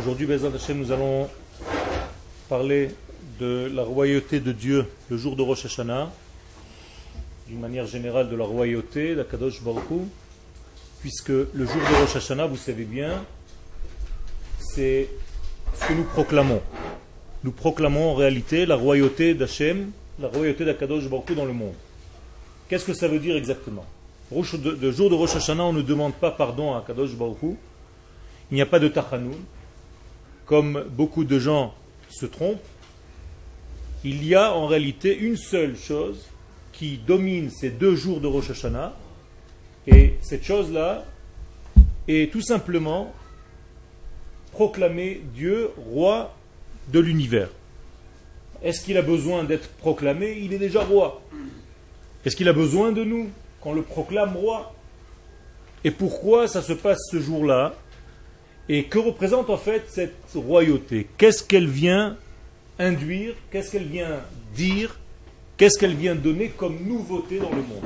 Aujourd'hui, Bezrat Hashem, nous allons parler de la royauté de Dieu le jour de Rosh Hashanah, d'une manière générale de la royauté d'Akadosh Baruch Hu, puisque le jour de Rosh Hashanah, vous savez bien, c'est ce que nous proclamons. Nous proclamons en réalité la royauté d'Hachem, la royauté d'Akadosh Baruch Hu dans le monde. Qu'est-ce que ça veut dire exactement? Le jour de Rosh Hashanah, on ne demande pas pardon à Akadosh Baruch Hu. Il n'y a pas de tachanoun, comme beaucoup de gens se trompent. Il y a en réalité une seule chose qui domine ces 2 jours de Rosh Hashanah, et cette chose-là est tout simplement proclamer Dieu roi de l'univers. Est-ce qu'il a besoin d'être proclamé? Il est déjà roi. Est-ce qu'il a besoin de nous qu'on le proclame roi? Et pourquoi ça se passe ce jour-là? Et que représente en fait cette royauté? Qu'est-ce qu'elle vient induire? Qu'est-ce qu'elle vient dire? Qu'est-ce qu'elle vient donner comme nouveauté dans le monde?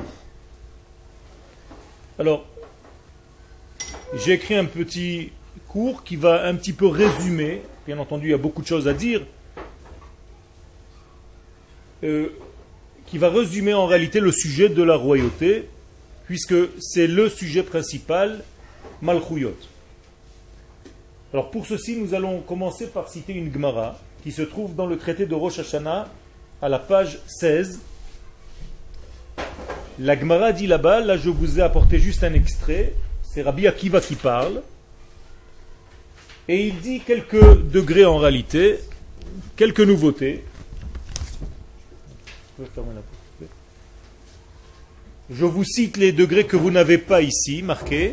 Alors, j'ai écrit un petit cours qui va un petit peu résumer. Bien entendu, il y a beaucoup de choses à dire. Qui va résumer en réalité le sujet de la royauté, puisque c'est le sujet principal, Malchuyot. Alors pour ceci, nous allons commencer par citer une Gemara qui se trouve dans le traité de Rosh Hashanah à la page 16. La Gemara dit là-bas, là je vous ai apporté juste un extrait, c'est Rabbi Akiva qui parle, et il dit quelques degrés en réalité, quelques nouveautés. Je vous cite les degrés que vous n'avez pas ici marqués.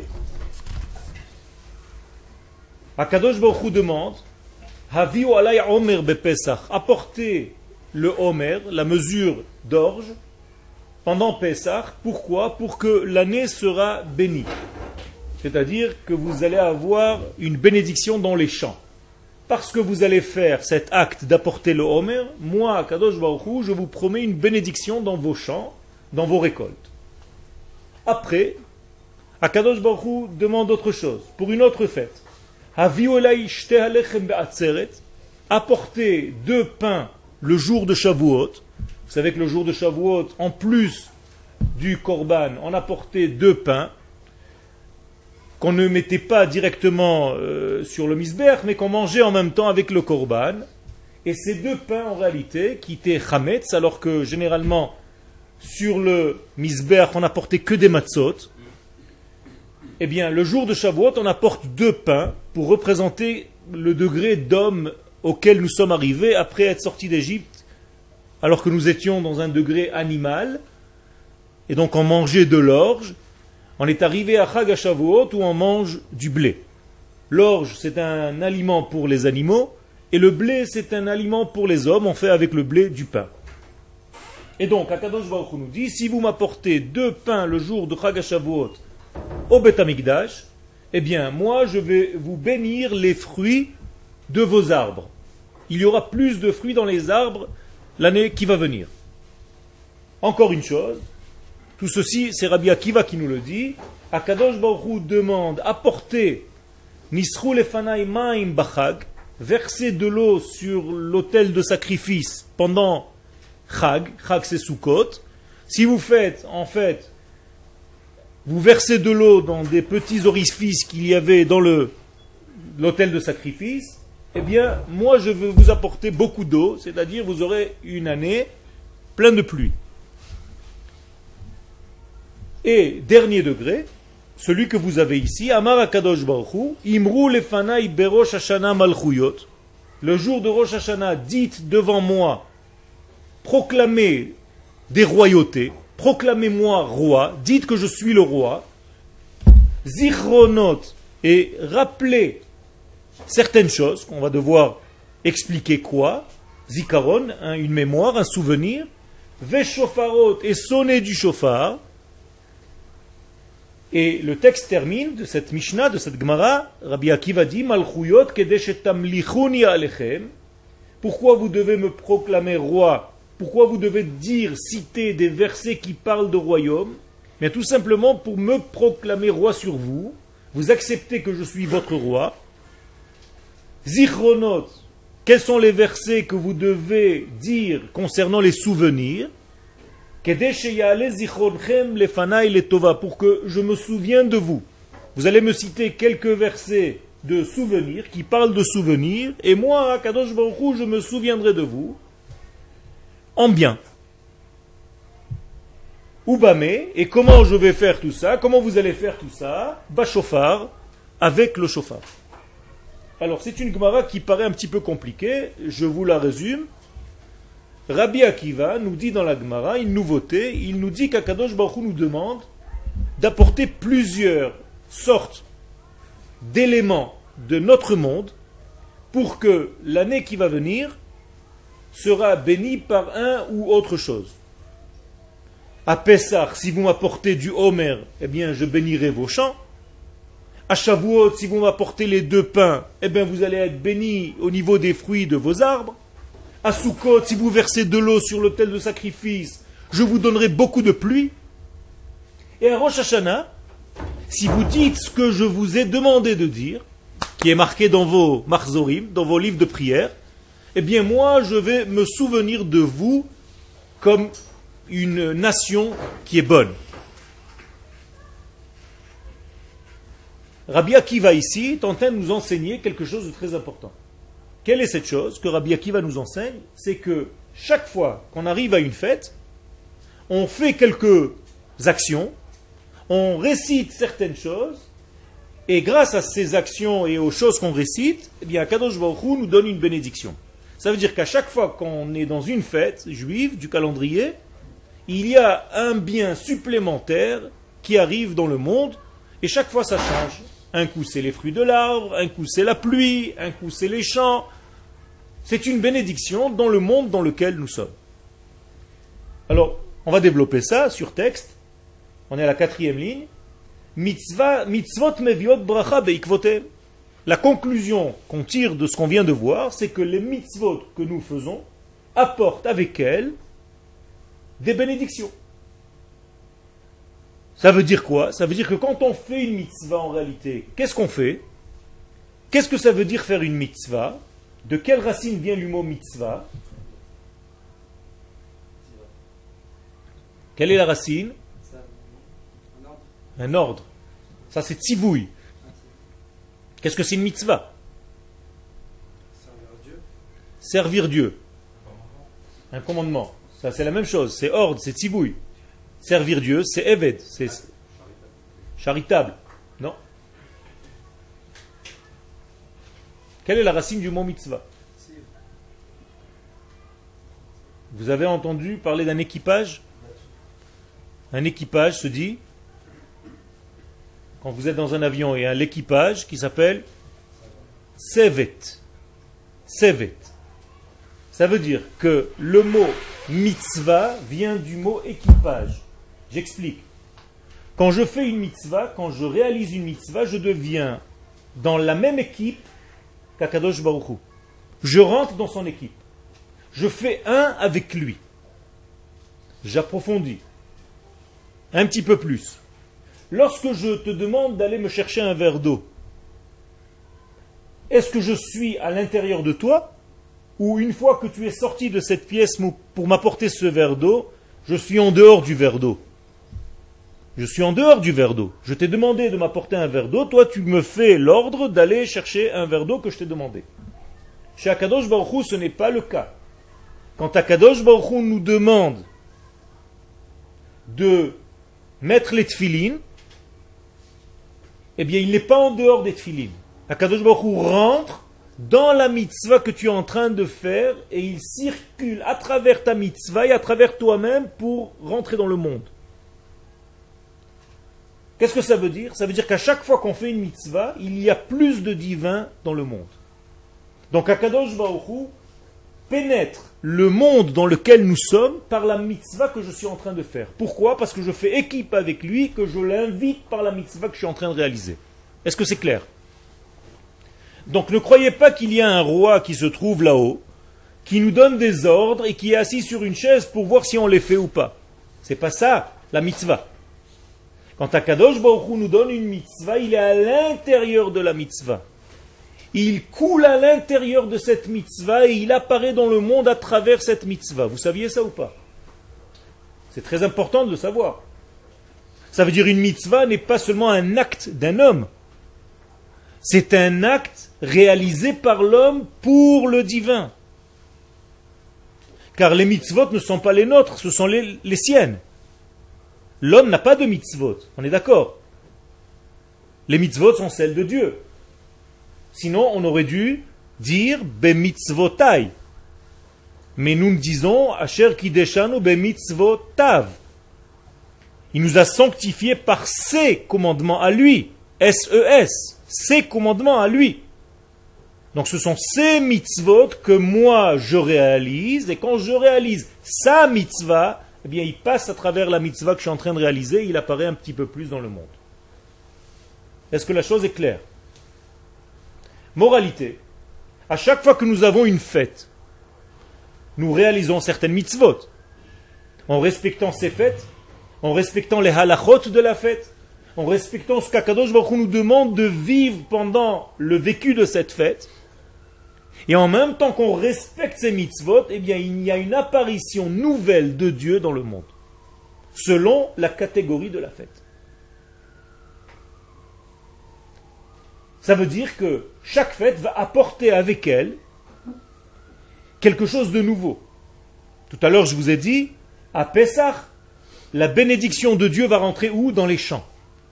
Akadosh Baruch Hu demande Haviu alay omer bepesach, apportez le omer, la mesure d'orge, pendant Pesach. Pourquoi? Pour que l'année sera bénie. C'est-à-dire que vous allez avoir une bénédiction dans les champs. Parce que vous allez faire cet acte d'apporter le Homer, moi, Akadosh Baruch Hu, je vous promets une bénédiction dans vos champs, dans vos récoltes. Après, Akadosh Baruch Hu demande autre chose, pour une autre fête. Apportez 2 pains le jour de Shavuot. Vous savez que le jour de Shavuot, en plus du Korban, on apportait 2 pains qu'on ne mettait pas directement sur le misber, mais qu'on mangeait en même temps avec le korban. Et ces 2 pains, en réalité, qui étaient chametz, alors que généralement, sur le misber, on n'apportait que des matzot. Eh bien, le jour de Shavuot, on apporte 2 pains pour représenter le degré d'homme auquel nous sommes arrivés après être sortis d'Égypte, alors que nous étions dans un degré animal, et donc on mangeait de l'orge. On est arrivé à Chag HaShavuot où on mange du blé. L'orge, c'est un aliment pour les animaux, et le blé, c'est un aliment pour les hommes. On fait avec le blé du pain. Et donc, Akadosh Baruch Hu nous dit, si vous m'apportez 2 pains le jour de Chag HaShavuot au Beth Amikdash, eh bien, moi, je vais vous bénir les fruits de vos arbres. Il y aura plus de fruits dans les arbres l'année qui va venir. Encore une chose, tout ceci, c'est Rabbi Akiva qui nous le dit. Akadosh Baruch Hu demande apporter Nisru lefanai maim bachag, verser de l'eau sur l'autel de sacrifice pendant Chag. Chag c'est Sukkot. Si vous faites, en fait, vous versez de l'eau dans des petits orifices qu'il y avait dans l'autel de sacrifice, eh bien, moi je veux vous apporter beaucoup d'eau, c'est-à-dire vous aurez une année pleine de pluie. Et dernier degré, celui que vous avez ici, Amar Akadosh Baruch Hu, Imru lefanai berosh Hashanah malchuyot. Le jour de Rosh Hashanah, dites devant moi, proclamez des royautés, proclamez-moi roi, dites que je suis le roi, zichronot, et rappelez certaines choses, qu'on va devoir expliquer quoi, zikaron, une mémoire, un souvenir, veshofarot, et sonner du shofar. Et le texte termine de cette Mishnah, de cette Gemara, Rabbi Akiva dit, Malchuyot kedeshetamlichuni alechem. Pourquoi vous devez me proclamer roi? Pourquoi vous devez dire, citer des versets qui parlent de royaume? Mais tout simplement pour me proclamer roi sur vous. Vous acceptez que je suis votre roi. Zichronot, quels sont les versets que vous devez dire concernant les souvenirs? Pour que je me souvienne de vous. Vous allez me citer quelques versets de souvenirs qui parlent de souvenirs, et moi, Kadosh Baruch Hu, je me souviendrai de vous en bien. Oubamé, et comment je vais faire tout ça? Comment vous allez faire tout ça? Bashofar, avec le shofar. Alors c'est une Gemara qui paraît un petit peu compliquée, je vous la résume. Rabbi Akiva nous dit dans la Gemara une nouveauté, il nous dit qu'Akadosh Baruch Hu nous demande d'apporter plusieurs sortes d'éléments de notre monde pour que l'année qui va venir sera bénie par un ou autre chose. À Pessah, si vous m'apportez du Homer, eh bien je bénirai vos champs. À Shavuot, si vous m'apportez les 2 pains, eh bien vous allez être bénis au niveau des fruits de vos arbres. À Sukkot, si vous versez de l'eau sur l'autel de sacrifice, je vous donnerai beaucoup de pluie. Et à Rosh Hashanah, si vous dites ce que je vous ai demandé de dire, qui est marqué dans vos marzorim, dans vos livres de prière, eh bien moi je vais me souvenir de vous comme une nation qui est bonne. Rabbi Akiva ici est en train de nous enseigner quelque chose de très important. Quelle est cette chose que Rabbi Akiva nous enseigne? C'est que chaque fois qu'on arrive à une fête, on fait quelques actions, on récite certaines choses, et grâce à ces actions et aux choses qu'on récite, eh bien Kadosh Baruch Hu nous donne une bénédiction. Ça veut dire qu'à chaque fois qu'on est dans une fête juive du calendrier, il y a un bien supplémentaire qui arrive dans le monde, et chaque fois ça change. Un coup c'est les fruits de l'arbre, un coup c'est la pluie, un coup c'est les champs. C'est une bénédiction dans le monde dans lequel nous sommes. Alors, on va développer ça sur texte. On est à la 4e ligne. Mitzvot meviot bracha beikvotem. La conclusion qu'on tire de ce qu'on vient de voir, c'est que les mitzvot que nous faisons apportent avec elles des bénédictions. Ça veut dire quoi? Ça veut dire que quand on fait une mitzvah en réalité, qu'est-ce qu'on fait? Qu'est-ce que ça veut dire faire une mitzvah? De quelle racine vient le mot mitzvah? Quelle est la racine? Un ordre. Ça c'est tzivouï. Qu'est-ce que c'est une mitzvah? Servir Dieu. Un commandement. Ça c'est la même chose. C'est ordre, c'est tzivouï. Servir Dieu, c'est eved. C'est charitable. Non? Quelle est la racine du mot mitzvah? Vous avez entendu parler d'un équipage? Un équipage se dit, quand vous êtes dans un avion, il y a l'équipage qui s'appelle Sevet. Sevet. Ça veut dire que le mot mitzvah vient du mot équipage. J'explique. Quand je fais une mitzvah, quand je réalise une mitzvah, je deviens dans la même équipe qu'Akadosh Baruch Hu. Je rentre dans son équipe. Je fais un avec lui. J'approfondis. Un petit peu plus. Lorsque je te demande d'aller me chercher un verre d'eau, est-ce que je suis à l'intérieur de toi? Ou une fois que tu es sorti de cette pièce pour m'apporter ce verre d'eau, je suis en dehors du verre d'eau? Je suis en dehors du verre d'eau. Je t'ai demandé de m'apporter un verre d'eau, toi tu me fais l'ordre d'aller chercher un verre d'eau que je t'ai demandé. Chez Akadosh Baruch Hu, ce n'est pas le cas. Quand Akadosh Baruch Hu nous demande de mettre les tefilines, eh bien il n'est pas en dehors des tefilines. Akadosh Baruch Hu rentre dans la mitzvah que tu es en train de faire et il circule à travers ta mitzvah et à travers toi-même pour rentrer dans le monde. Qu'est-ce que ça veut dire? Ça veut dire qu'à chaque fois qu'on fait une mitzvah, il y a plus de divin dans le monde. Donc Akadosh Baruch Hu pénètre le monde dans lequel nous sommes par la mitzvah que je suis en train de faire. Pourquoi? Parce que je fais équipe avec lui, que je l'invite par la mitzvah que je suis en train de réaliser. Est-ce que c'est clair? Donc ne croyez pas qu'il y a un roi qui se trouve là-haut, qui nous donne des ordres et qui est assis sur une chaise pour voir si on les fait ou pas. C'est pas ça, la mitzvah. Quand Akadosh Baruch Hu nous donne une mitzvah, il est à l'intérieur de la mitzvah. il coule à l'intérieur de cette mitzvah et il apparaît dans le monde à travers cette mitzvah. Vous saviez ça ou pas? C'est très important de le savoir. Ça veut dire une mitzvah n'est pas seulement un acte d'un homme. C'est un acte réalisé par l'homme pour le divin. Car les mitzvot ne sont pas les nôtres, ce sont les siennes. L'homme n'a pas de mitzvot, on est d'accord. Les mitzvot sont celles de Dieu. Sinon, on aurait dû dire bemitzvotai. Mais nous disons Asher kideshanu bemitzvotav. Il nous a sanctifiés par ses commandements à lui. S-E-S. Ses commandements à lui. Donc ce sont ces mitzvot que moi je réalise. Et quand je réalise sa mitzvah, eh bien il passe à travers la mitzvah que je suis en train de réaliser. Il apparaît un petit peu plus dans le monde. Est-ce que la chose est claire? Moralité. À chaque fois que nous avons une fête, nous réalisons certaines mitzvot. En respectant ces fêtes, en respectant les halachot de la fête, en respectant ce qu'Akadosh Baruch Hu nous demande de vivre pendant le vécu de cette fête, et en même temps qu'on respecte ces mitzvot, eh bien il y a une apparition nouvelle de Dieu dans le monde, selon la catégorie de la fête. Ça veut dire que chaque fête va apporter avec elle quelque chose de nouveau. Tout à l'heure je vous ai dit, à Pessah, la bénédiction de Dieu va rentrer où? Dans les champs.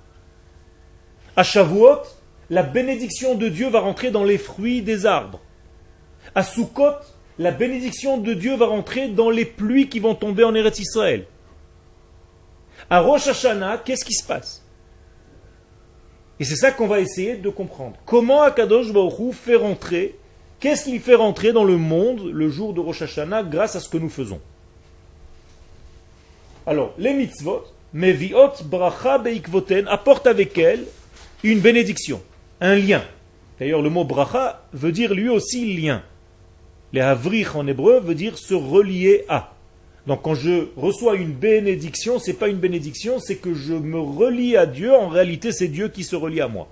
À Shavuot, la bénédiction de Dieu va rentrer dans les fruits des arbres. À Sukkot, la bénédiction de Dieu va rentrer dans les pluies qui vont tomber en Eretz Israël. À Rosh Hashanah, qu'est-ce qui se passe? Et c'est ça qu'on va essayer de comprendre. Comment Akadosh Baruch Hu fait rentrer, qu'est-ce qu'il fait rentrer dans le monde le jour de Rosh Hashanah grâce à ce que nous faisons? Alors, les mitzvot, meviot bracha beikvoten, apportent avec elles une bénédiction, un lien. D'ailleurs, le mot bracha veut dire lui aussi lien. Les havrich en hébreu veut dire se relier à. Donc quand je reçois une bénédiction, c'est pas une bénédiction, c'est que je me relie à Dieu. En réalité, c'est Dieu qui se relie à moi.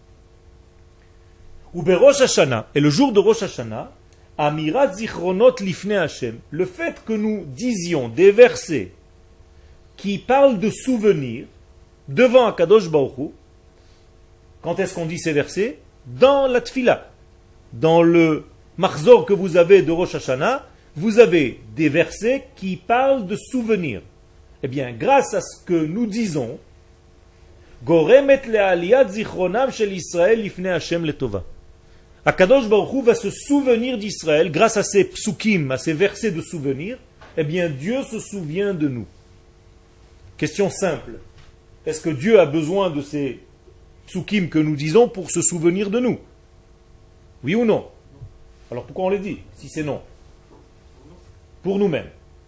Ou Rosh Hashanah, et le jour de Rosh Hashanah, amirat zichronot lifnei Hashem, le fait que nous disions des versets qui parlent de souvenirs devant Akadosh Baruch Hu. Quand est-ce qu'on dit ces versets? Dans la tfila, dans le marzor que vous avez de Rosh Hashanah, vous avez des versets qui parlent de souvenirs. Eh bien, grâce à ce que nous disons, Goremet le'aliyat zichronam shel Israël lifnei Hashem letova. Akadosh Baruch Hu va se souvenir d'Israël grâce à ces psukim, à ces versets de souvenirs. Eh bien, Dieu se souvient de nous. Question simple. Est-ce que Dieu a besoin de ces psukim que nous disons pour se souvenir de nous? Oui ou non? Alors pourquoi on les dit, si c'est non? Pour nous-mêmes.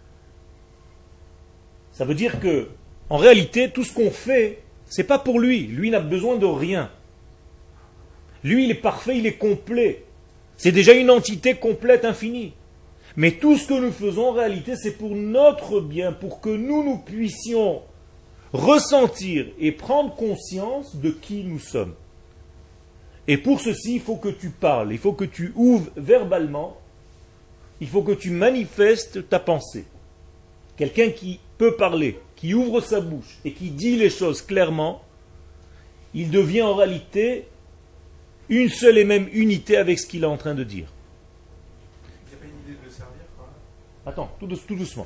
Ça veut dire que, en réalité, tout ce qu'on fait, c'est pas pour lui. Lui n'a besoin de rien. Lui, il est parfait, il est complet. C'est déjà une entité complète, infinie. Mais tout ce que nous faisons, en réalité, c'est pour notre bien, pour que nous puissions ressentir et prendre conscience de qui nous sommes. Et pour ceci, il faut que tu parles, il faut que tu ouvres verbalement, il faut que tu manifestes ta pensée. Quelqu'un qui peut parler, qui ouvre sa bouche et qui dit les choses clairement, il devient en réalité une seule et même unité avec ce qu'il est en train de dire. Il n'y a pas une idée de le servir, quoi. Attends, tout doucement.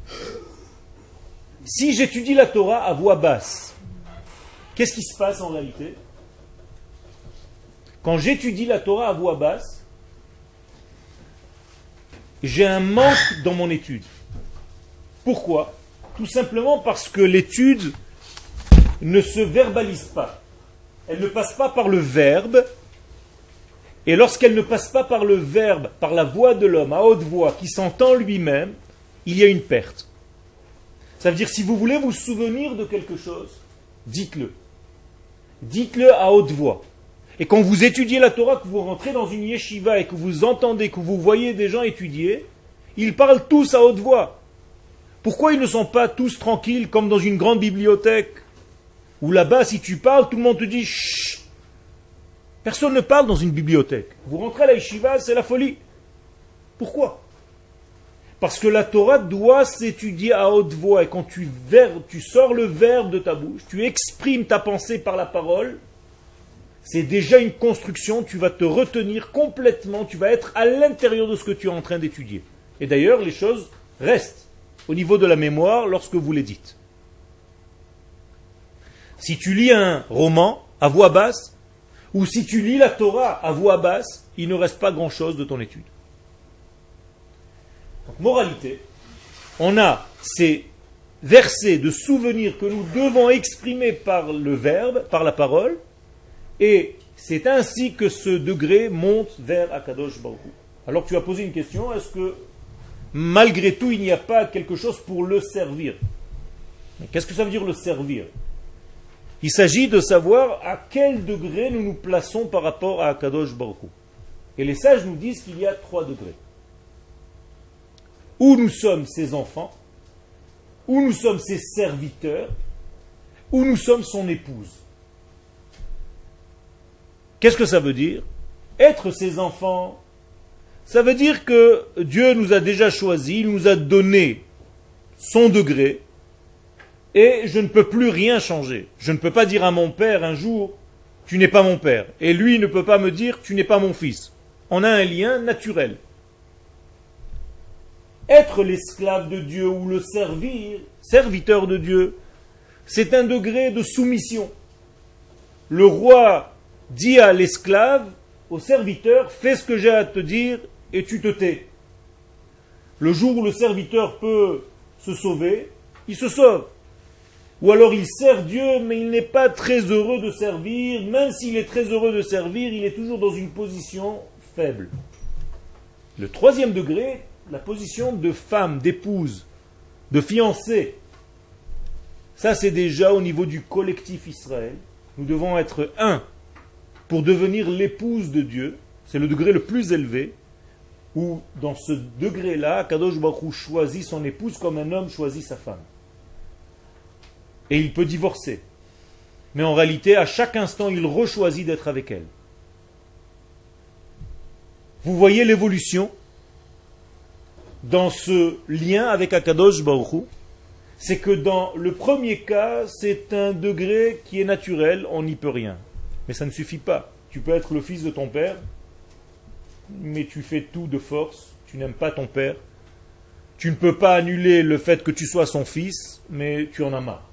Si j'étudie la Torah à voix basse, qu'est-ce qui se passe en réalité? Quand j'étudie la Torah à voix basse, j'ai un manque dans mon étude. Pourquoi? Tout simplement parce que l'étude ne se verbalise pas. Elle ne passe pas par le verbe. Et lorsqu'elle ne passe pas par le verbe, par la voix de l'homme, à haute voix, qui s'entend lui-même, il y a une perte. Ça veut dire, si vous voulez vous souvenir de quelque chose, dites-le. Dites-le à haute voix. Et quand vous étudiez la Torah, que vous rentrez dans une yeshiva et que vous entendez, que vous voyez des gens étudier, ils parlent tous à haute voix. Pourquoi ils ne sont pas tous tranquilles comme dans une grande bibliothèque où là-bas, si tu parles, tout le monde te dit « chut ». Personne ne parle dans une bibliothèque. Vous rentrez à la yeshiva, c'est la folie. Pourquoi? Parce que la Torah doit s'étudier à haute voix. Et quand tu sors le verbe de ta bouche, tu exprimes ta pensée par la parole, c'est déjà une construction, tu vas te retenir complètement, tu vas être à l'intérieur de ce que tu es en train d'étudier. Et d'ailleurs, les choses restent au niveau de la mémoire lorsque vous les dites. Si tu lis un roman à voix basse, ou si tu lis la Torah à voix basse, il ne reste pas grand-chose de ton étude. Donc, moralité, on a ces versets de souvenirs que nous devons exprimer par le verbe, par la parole, et c'est ainsi que ce degré monte vers Akadosh Baruch Hu. Alors tu as posé une question, est-ce que malgré tout il n'y a pas quelque chose pour le servir? Qu'est-ce que ça veut dire le servir? Il s'agit de savoir à quel degré nous nous plaçons par rapport à Akadosh Baruch Hu. Et les sages nous disent qu'il y a 3 degrés. Où nous sommes ses enfants, où nous sommes ses serviteurs, où nous sommes son épouse. Qu'est-ce que ça veut dire? Être ses enfants, ça veut dire que Dieu nous a déjà choisis, il nous a donné son degré, et je ne peux plus rien changer. Je ne peux pas dire à mon père un jour, tu n'es pas mon père, et lui ne peut pas me dire, tu n'es pas mon fils. On a un lien naturel. Être l'esclave de Dieu ou le serviteur de Dieu, c'est un degré de soumission. Le roi dit à l'esclave, au serviteur, fais ce que j'ai à te dire et tu te tais. Le jour où le serviteur peut se sauver, il se sauve. Ou alors il sert Dieu, mais il n'est pas très heureux de servir. Même s'il est très heureux de servir, il est toujours dans une position faible. Le 3e degré, la position de femme, d'épouse, de fiancée. Ça, c'est déjà au niveau du collectif Israël. Nous devons être un pour devenir l'épouse de Dieu. C'est le degré le plus élevé, où dans ce degré-là, Kadosh Baruch Hu choisit son épouse comme un homme choisit sa femme. Et il peut divorcer. Mais en réalité, à chaque instant, il rechoisit d'être avec elle. Vous voyez l'évolution dans ce lien avec Akadosh Baruch Hu, c'est que dans le premier cas, c'est un degré qui est naturel, on n'y peut rien. Mais ça ne suffit pas. Tu peux être le fils de ton père, mais tu fais tout de force, tu n'aimes pas ton père. Tu ne peux pas annuler le fait que tu sois son fils, mais tu en as marre.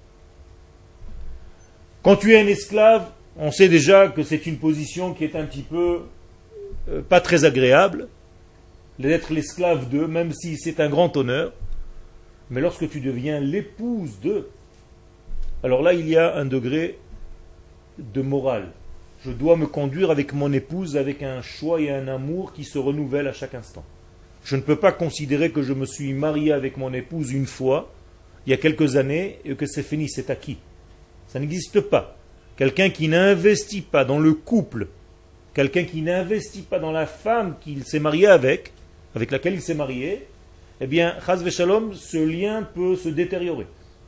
Quand tu es un esclave, on sait déjà que c'est une position qui est un petit peu pas très agréable, d'être l'esclave d'eux, même si c'est un grand honneur. Mais lorsque tu deviens l'épouse d'eux, alors là, il y a un degré de morale. Je dois me conduire avec mon épouse avec un choix et un amour qui se renouvellent à chaque instant. Je ne peux pas considérer que je me suis marié avec mon épouse une fois, il y a quelques années, et que c'est fini, c'est acquis. Ça n'existe pas. Quelqu'un qui n'investit pas dans le couple, quelqu'un qui n'investit pas dans la femme qu'il s'est marié avec laquelle il s'est marié, eh bien, chas v'shalom, ce lien peut se détériorer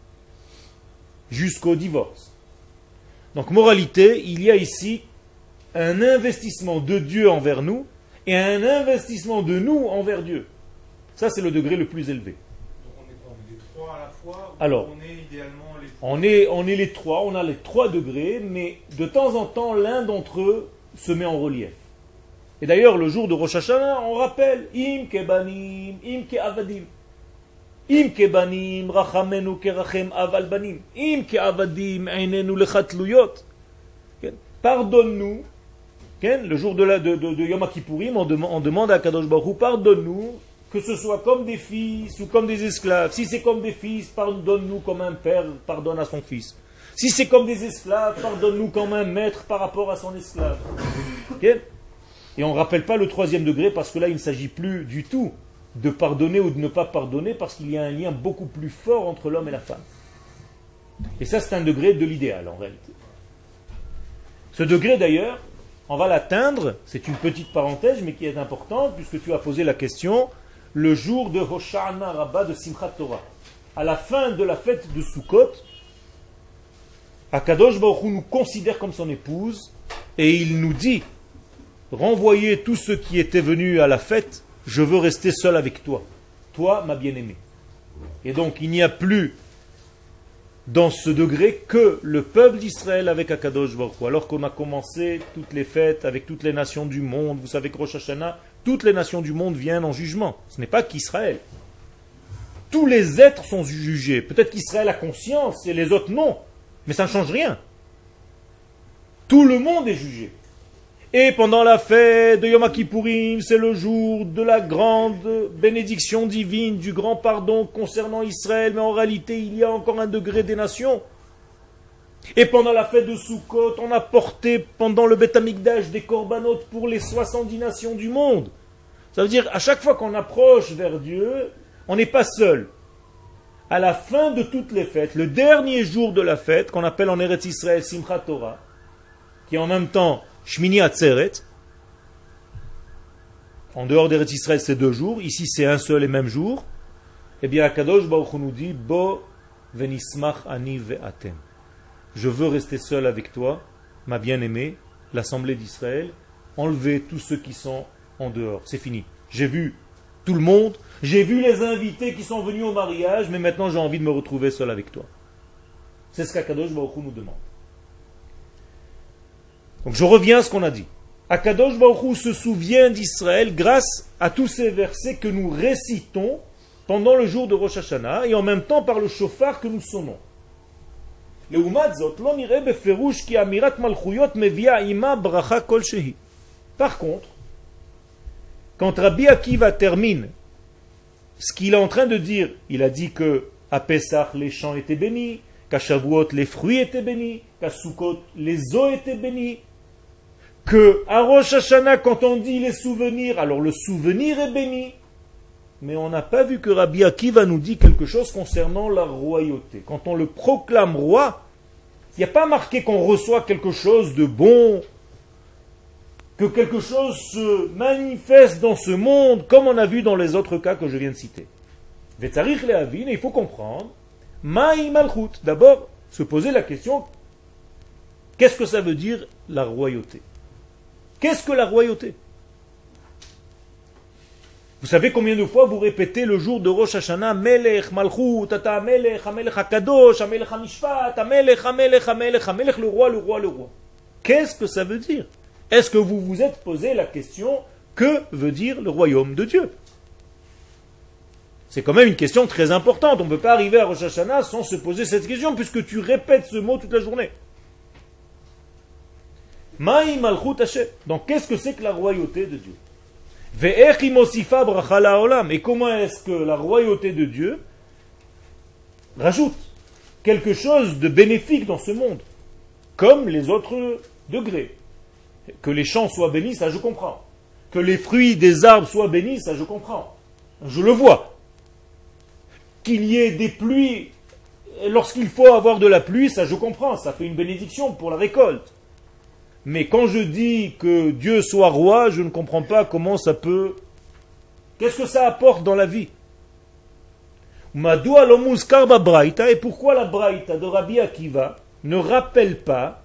jusqu'au divorce. Donc, moralité, il y a ici un investissement de Dieu envers nous et un investissement de nous envers Dieu. Ça, c'est le degré le plus élevé. Donc on est quoi? On est les 3 à la fois? Alors, on est idéalement les 3? on est les 3, on a les 3 degrés, mais de temps en temps, l'un d'entre eux se met en relief. Et d'ailleurs, le jour de Rosh Hashanah, on rappelle Im kebanim, im keavadim. Im kebanim, rachamenu kerachem aval banim. Im keavadim, einenu lechatluyot. Pardonne-nous. Le jour de Yom Kippourim, on demande à Kadosh Baruch Hu, pardonne-nous, que ce soit comme des fils ou comme des esclaves. Si c'est comme des fils, pardonne-nous comme un père pardonne à son fils. Si c'est comme des esclaves, pardonne-nous comme un maître par rapport à son esclave. Et on ne rappelle pas le 3e degré parce que là, il ne s'agit plus du tout de pardonner ou de ne pas pardonner parce qu'il y a un lien beaucoup plus fort entre l'homme et la femme. Et ça, c'est un degré de l'idéal en réalité. Ce degré d'ailleurs, on va l'atteindre, c'est une petite parenthèse mais qui est importante puisque tu as posé la question, le jour de Hoshana Rabbah de Simchat Torah. À la fin de la fête de Sukkot, Akadosh Baruch Hu nous considère comme son épouse et il nous dit renvoyer tous ceux qui étaient venus à la fête, je veux rester seul avec toi, toi ma bien-aimée. Et donc il n'y a plus dans ce degré que le peuple d'Israël avec Akadosh Baruch Hu. Alors qu'on a commencé toutes les fêtes avec toutes les nations du monde, vous savez que Rosh Hashanah, toutes les nations du monde viennent en jugement. Ce n'est pas qu'Israël. Tous les êtres sont jugés. Peut-être qu'Israël a conscience et les autres non. Mais ça ne change rien. Tout le monde est jugé. Et pendant la fête de Yom Kippourim, c'est le jour de la grande bénédiction divine, du grand pardon concernant Israël. Mais en réalité, il y a encore un degré des nations. Et pendant la fête de Sukkot, on a porté pendant le Beth Amikdash des korbanot pour les 70 nations du monde. Ça veut dire, à chaque fois qu'on approche vers Dieu, on n'est pas seul. À la fin de toutes les fêtes, le dernier jour de la fête, qu'on appelle en Eretz Israël Simchat Torah, qui est en même temps Shmini Atzeret, en dehors d'Eretz Israël c'est 2 jours, ici c'est un seul et même jour, eh bien Akadosh Baruch Hu nous dit, Bo venismach ani ve'atem. Je veux rester seul avec toi, ma bien-aimée, l'Assemblée d'Israël, enlevez tous ceux qui sont en dehors. C'est fini. J'ai vu tout le monde, j'ai vu les invités qui sont venus au mariage, mais maintenant j'ai envie de me retrouver seul avec toi. C'est ce qu'Akadosh Baruch Hu nous demande. Donc je reviens à ce qu'on a dit. Akadosh Baruch Hu se souvient d'Israël grâce à tous ces versets que nous récitons pendant le jour de Rosh Hashanah et en même temps par le shofar que nous sonnons. Par contre, quand Rabbi Akiva termine ce qu'il est en train de dire, il a dit que à Pessah les champs étaient bénis, qu'à Shavuot les fruits étaient bénis, qu'à Sukkot les eaux étaient bénies, que à Rosh Hashanah quand on dit les souvenirs, alors le souvenir est béni. Mais on n'a pas vu que Rabbi Akiva nous dit quelque chose concernant la royauté. Quand on le proclame roi, il n'y a pas marqué qu'on reçoit quelque chose de bon, que quelque chose se manifeste dans ce monde, comme on a vu dans les autres cas que je viens de citer. Vetzarich lehavin, il faut comprendre, ma'i malchut. D'abord, se poser la question, qu'est-ce que ça veut dire la royauté? Qu'est-ce que la royauté? Vous savez combien de fois vous répétez le jour de Rosh Hashanah, Melech, Malchut, Ata Amelech, Amelech HaKadosh, Amelech HaMishpat, Amelech, Amelech, Amelech, Amelech, le roi, le roi, le roi. Qu'est-ce que ça veut dire? Est-ce que vous vous êtes posé la question, que veut dire le royaume de Dieu? C'est quand même une question très importante. On ne peut pas arriver à Rosh Hashanah sans se poser cette question, puisque tu répètes ce mot toute la journée. Ma'i Malchut Hashem. Donc qu'est-ce que c'est que la royauté de Dieu? Et comment est-ce que la royauté de Dieu rajoute quelque chose de bénéfique dans ce monde, comme les autres degrés? Que les champs soient bénis, ça je comprends. Que les fruits des arbres soient bénis, ça je comprends. Je le vois. Qu'il y ait des pluies, lorsqu'il faut avoir de la pluie, ça je comprends, ça fait une bénédiction pour la récolte. Mais quand je dis que Dieu soit roi, je ne comprends pas comment ça peut... Qu'est-ce que ça apporte dans la vie? Et pourquoi la braïta de Rabbi Akiva ne rappelle pas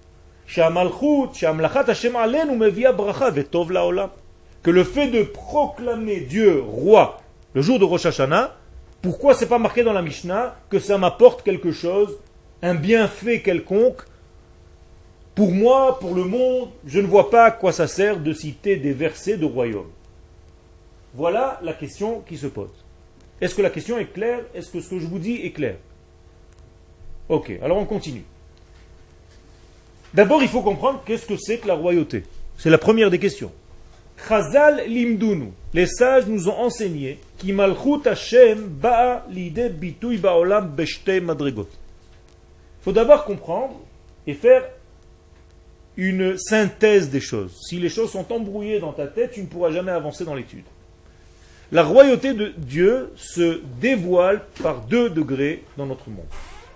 que le fait de proclamer Dieu roi le jour de Rosh Hashanah, pourquoi c'est pas marqué dans la Mishnah que ça m'apporte quelque chose, un bienfait quelconque? Pour moi, pour le monde, je ne vois pas à quoi ça sert de citer des versets de royaume. Voilà la question qui se pose. Est-ce que la question est claire? Est-ce que ce que je vous dis est clair? Ok, alors on continue. D'abord, il faut comprendre qu'est-ce que c'est que la royauté. C'est la première des questions. Chazal limdunu. Les sages nous ont enseigné ki malchut Hashem ba'a lide bituy ba'olam beshte madregot. Il faut d'abord comprendre et faire une synthèse des choses. Si les choses sont embrouillées dans ta tête, tu ne pourras jamais avancer dans l'étude. La royauté de Dieu se dévoile par 2 degrés dans notre monde.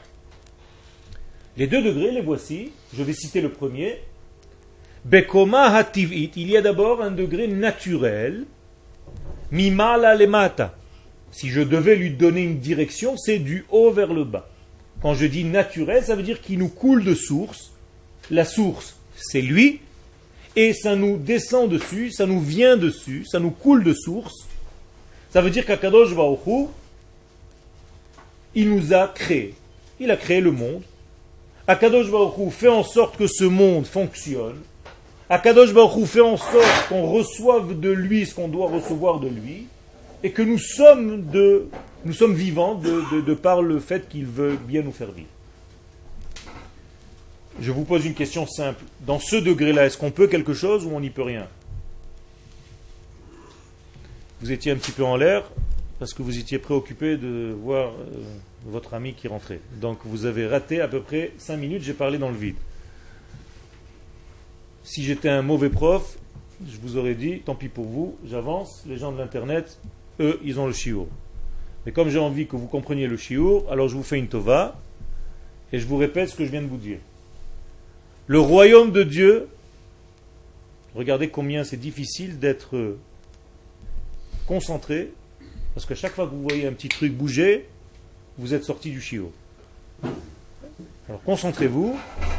Les 2 degrés, les voici. Je vais citer le premier. Bekoma hativit. Il y a d'abord un degré naturel. Mimala lemata. Si je devais lui donner une direction, c'est du haut vers le bas. Quand je dis naturel, ça veut dire qu'il nous coule de source. La source, c'est lui. et ça nous descend dessus, ça nous vient dessus, ça nous coule de source. Ça veut dire qu'Akadosh Baruch Hu, il nous a créés. Il a créé le monde. Akadosh Baruch Hu fait en sorte que ce monde fonctionne. Akadosh Baruch Hu fait en sorte qu'on reçoive de lui ce qu'on doit recevoir de lui, et que nous sommes vivants de par le fait qu'il veut bien nous faire vivre. Je vous pose une question simple. Dans ce degré-là, est-ce qu'on peut quelque chose ou on n'y peut rien? Vous étiez un petit peu en l'air parce que vous étiez préoccupé de voir votre ami qui rentrait. Donc vous avez raté à peu près 5 minutes, j'ai parlé dans le vide. Si j'étais un mauvais prof, je vous aurais dit, tant pis pour vous, j'avance, les gens de l'internet, eux, ils ont le shiur. Mais comme j'ai envie que vous compreniez le shiur, alors je vous fais une tova, et je vous répète ce que je viens de vous dire. Le royaume de Dieu, regardez combien c'est difficile d'être concentré, parce qu'à chaque fois que vous voyez un petit truc bouger, vous êtes sorti du shiur. Alors concentrez-vous.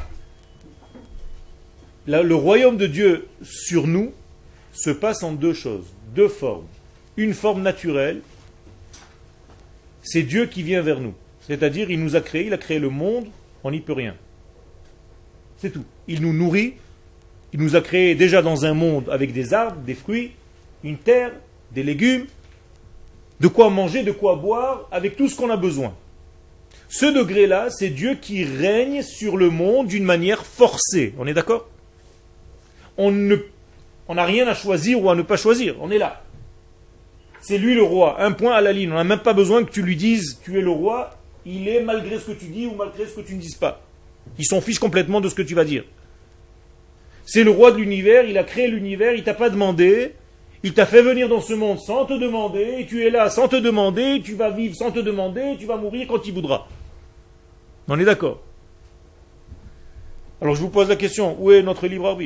Le royaume de Dieu sur nous se passe en deux choses, deux formes. Une forme naturelle, c'est Dieu qui vient vers nous. C'est-à-dire, il nous a créé, il a créé le monde, on n'y peut rien. C'est tout. Il nous nourrit, il nous a créé déjà dans un monde avec des arbres, des fruits, une terre, des légumes, de quoi manger, de quoi boire, avec tout ce qu'on a besoin. Ce degré-là, c'est Dieu qui règne sur le monde d'une manière forcée. On est d'accord ? On n'a rien à choisir ou à ne pas choisir. On est là. C'est lui le roi. Un point à la ligne. On n'a même pas besoin que tu lui dises tu es le roi. Il est malgré ce que tu dis ou malgré ce que tu ne dises pas. Il s'en fiche complètement de ce que tu vas dire. C'est le roi de l'univers. Il a créé l'univers. Il t'a pas demandé. Il t'a fait venir dans ce monde sans te demander. Et tu es là sans te demander. Tu vas vivre sans te demander. Et tu vas mourir quand il voudra. On est d'accord. Alors je vous pose la question. Où est notre libre arbitre ?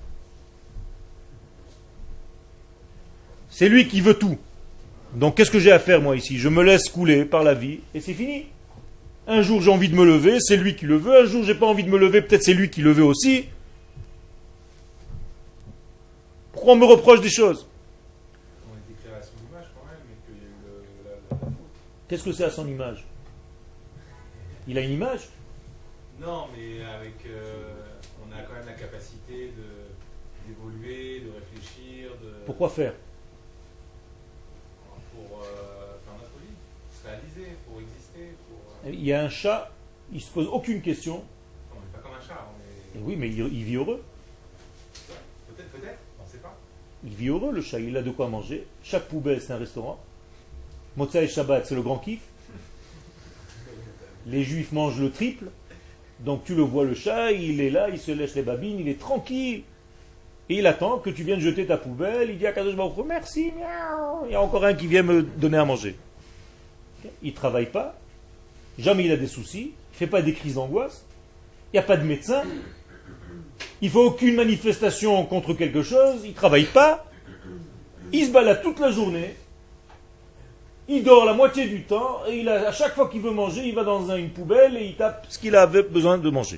C'est lui qui veut tout. Donc qu'est-ce que j'ai à faire moi ici? Je me laisse couler par la vie et c'est fini. Un jour j'ai envie de me lever, c'est lui qui le veut. Un jour j'ai pas envie de me lever, peut-être c'est lui qui le veut aussi. Pourquoi on me reproche des choses? On a été créé à son image quand même, et qu'il y a eu la faute. Qu'est-ce que c'est à son image? Il a une image? Non, mais avec, on a quand même la capacité d'évoluer, de réfléchir, Pourquoi faire? Pour faire notre vie, se réaliser, pour exister, pour... Il y a un chat, il se pose aucune question. On n'est pas comme un chat, on est... Et oui, mais il vit heureux. Peut-être, on ne sait pas. Il vit heureux, le chat, il a de quoi manger. Chaque poubelle, c'est un restaurant. Motza et Shabbat, c'est le grand kiff. Les juifs mangent le triple. Donc tu le vois, le chat, il est là, il se lèche les babines, il est tranquille. Et il attend que tu viennes jeter ta poubelle. Il dit à Kadosh Baruch Hu, merci, miaou. Il y a encore un qui vient me donner à manger. Il ne travaille pas. Jamais il a des soucis. Il ne fait pas des crises d'angoisse. Il n'y a pas de médecin. Il ne fait aucune manifestation contre quelque chose. Il ne travaille pas. Il se balade toute la journée. Il dort la moitié du temps. Et à chaque fois qu'il veut manger, il va dans une poubelle et il tape ce qu'il avait besoin de manger.